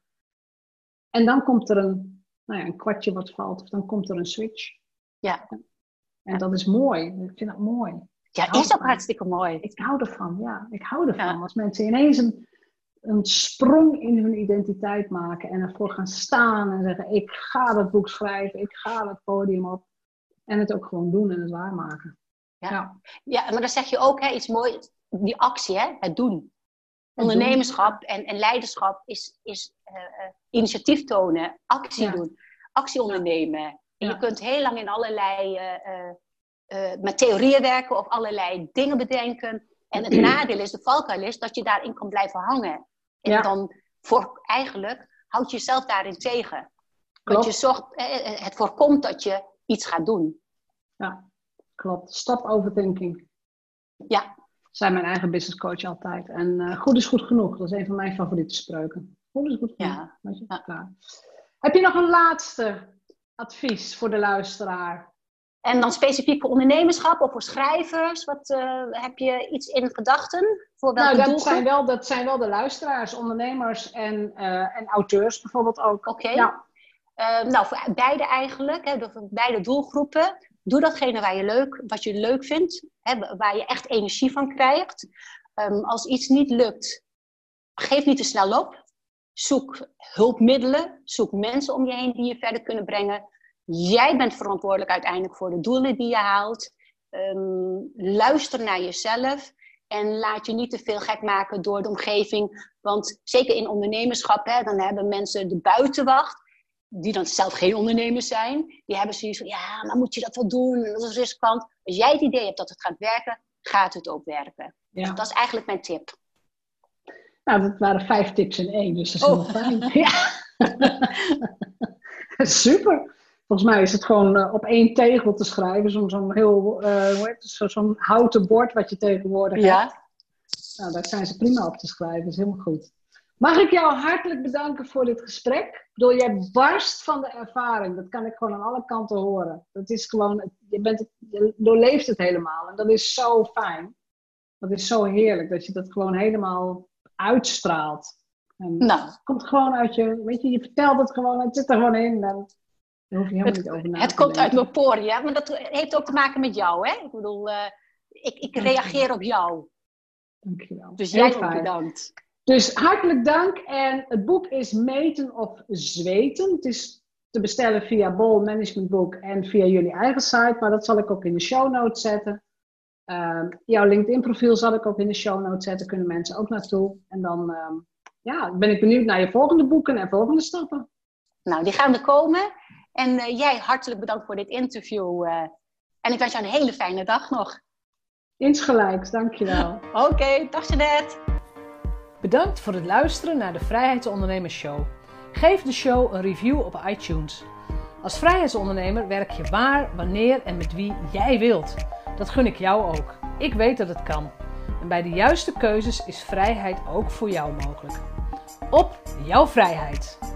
En dan komt er een, nou ja, een kwartje wat valt. Of dan komt er een switch. Ja. En ja. dat is mooi. Ik vind dat mooi. Ja, is ook ervan. Hartstikke mooi. Ik hou ervan, ja. Ik hou ervan. Ja. Als mensen ineens een, een sprong in hun identiteit maken. En ervoor gaan staan en zeggen, ik ga dat boek schrijven. Ik ga het podium op. En het ook gewoon doen en het waarmaken. Ja. Ja. ja, maar dan zeg je ook hè, iets moois. Die actie, hè? Het doen. Het Ondernemerschap doen. En, en leiderschap is, is uh, uh, initiatief tonen. Actie ja. doen. Actie ondernemen. Ja. En je kunt heel lang in allerlei... Uh, uh, Uh, met theorieën werken of allerlei dingen bedenken. En het nadeel is, de valkuil is, dat je daarin kan blijven hangen. En ja. dan voor, eigenlijk houd je jezelf daarin tegen. Want je zorgt, eh, het voorkomt dat je iets gaat doen. Ja, klopt. Stop overthinking. Ja. Zei mijn eigen business coach altijd. En uh, goed is goed genoeg. Dat is een van mijn favoriete spreuken. Goed is goed genoeg. Ja. Weet je? Ja. Klaar. Heb je nog een laatste advies voor de luisteraar? En dan specifiek voor ondernemerschap of voor schrijvers? Wat, uh, heb je iets in gedachten? Voor welke nou, dat zijn, wel, dat zijn wel de luisteraars, ondernemers en, uh, en auteurs bijvoorbeeld ook. Oké. Okay. Ja. Uh, nou, voor beide eigenlijk, hè, voor beide doelgroepen. Doe datgene waar je leuk, wat je leuk vindt, hè, waar je echt energie van krijgt. Um, als iets niet lukt, geef niet te snel op. Zoek hulpmiddelen, zoek mensen om je heen die je verder kunnen brengen. Jij bent verantwoordelijk uiteindelijk voor de doelen die je haalt. Um, luister naar jezelf. En laat je niet te veel gek maken door de omgeving. Want zeker in ondernemerschap, hè, dan hebben mensen de buitenwacht. Die dan zelf geen ondernemers zijn. Die hebben zoiets van, ja, maar moet je dat wel doen? En dat is riskant. Als jij het idee hebt dat het gaat werken, gaat het ook werken. Ja. Dus dat is eigenlijk mijn tip. Nou, dat waren vijf tips in één, dus dat is Oh. helemaal fijn. Ja. Super. Volgens mij is het gewoon uh, op één tegel te schrijven. Zo'n zo'n heel, uh, hoe heet het, zo, zo'n houten bord wat je tegenwoordig hebt. Ja. Nou, daar zijn ze prima op te schrijven. Dat is helemaal goed. Mag ik jou hartelijk bedanken voor dit gesprek? Ik bedoel, jij barst van de ervaring. Dat kan ik gewoon aan alle kanten horen. Dat is gewoon, je, bent het, je doorleeft het helemaal. En dat is zo fijn. Dat is zo heerlijk dat je dat gewoon helemaal uitstraalt. En Nou. Het komt gewoon uit je, weet je, je vertelt het gewoon, het zit er gewoon in. En daar hoef je helemaal Het, niet over na het te komt denken. uit mijn poren, ja. Maar dat heeft ook te maken met jou, hè? Ik bedoel, uh, ik, ik reageer op jou. Dankjewel. Dus Heel jij ook fijn. bedankt. Dus hartelijk dank. En het boek is Meten of Zweten. Het is te bestellen via Bol Management Boek en via jullie eigen site. Maar dat zal ik ook in de show notes zetten. Uh, jouw LinkedIn profiel zal ik ook in de show notes zetten. Kunnen mensen ook naartoe. En dan uh, ja, ben ik benieuwd naar je volgende boeken en volgende stappen. Nou, die gaan er komen. En uh, jij hartelijk bedankt voor dit interview. Uh, en ik wens jou een hele fijne dag nog. Insgelijks, dankjewel. Oké, okay, dag Jeanette. Bedankt voor het luisteren naar de Vrijheidsondernemers Show. Geef de show een review op iTunes. Als vrijheidsondernemer werk je waar, wanneer en met wie jij wilt. Dat gun ik jou ook. Ik weet dat het kan. En bij de juiste keuzes is vrijheid ook voor jou mogelijk. Op jouw vrijheid!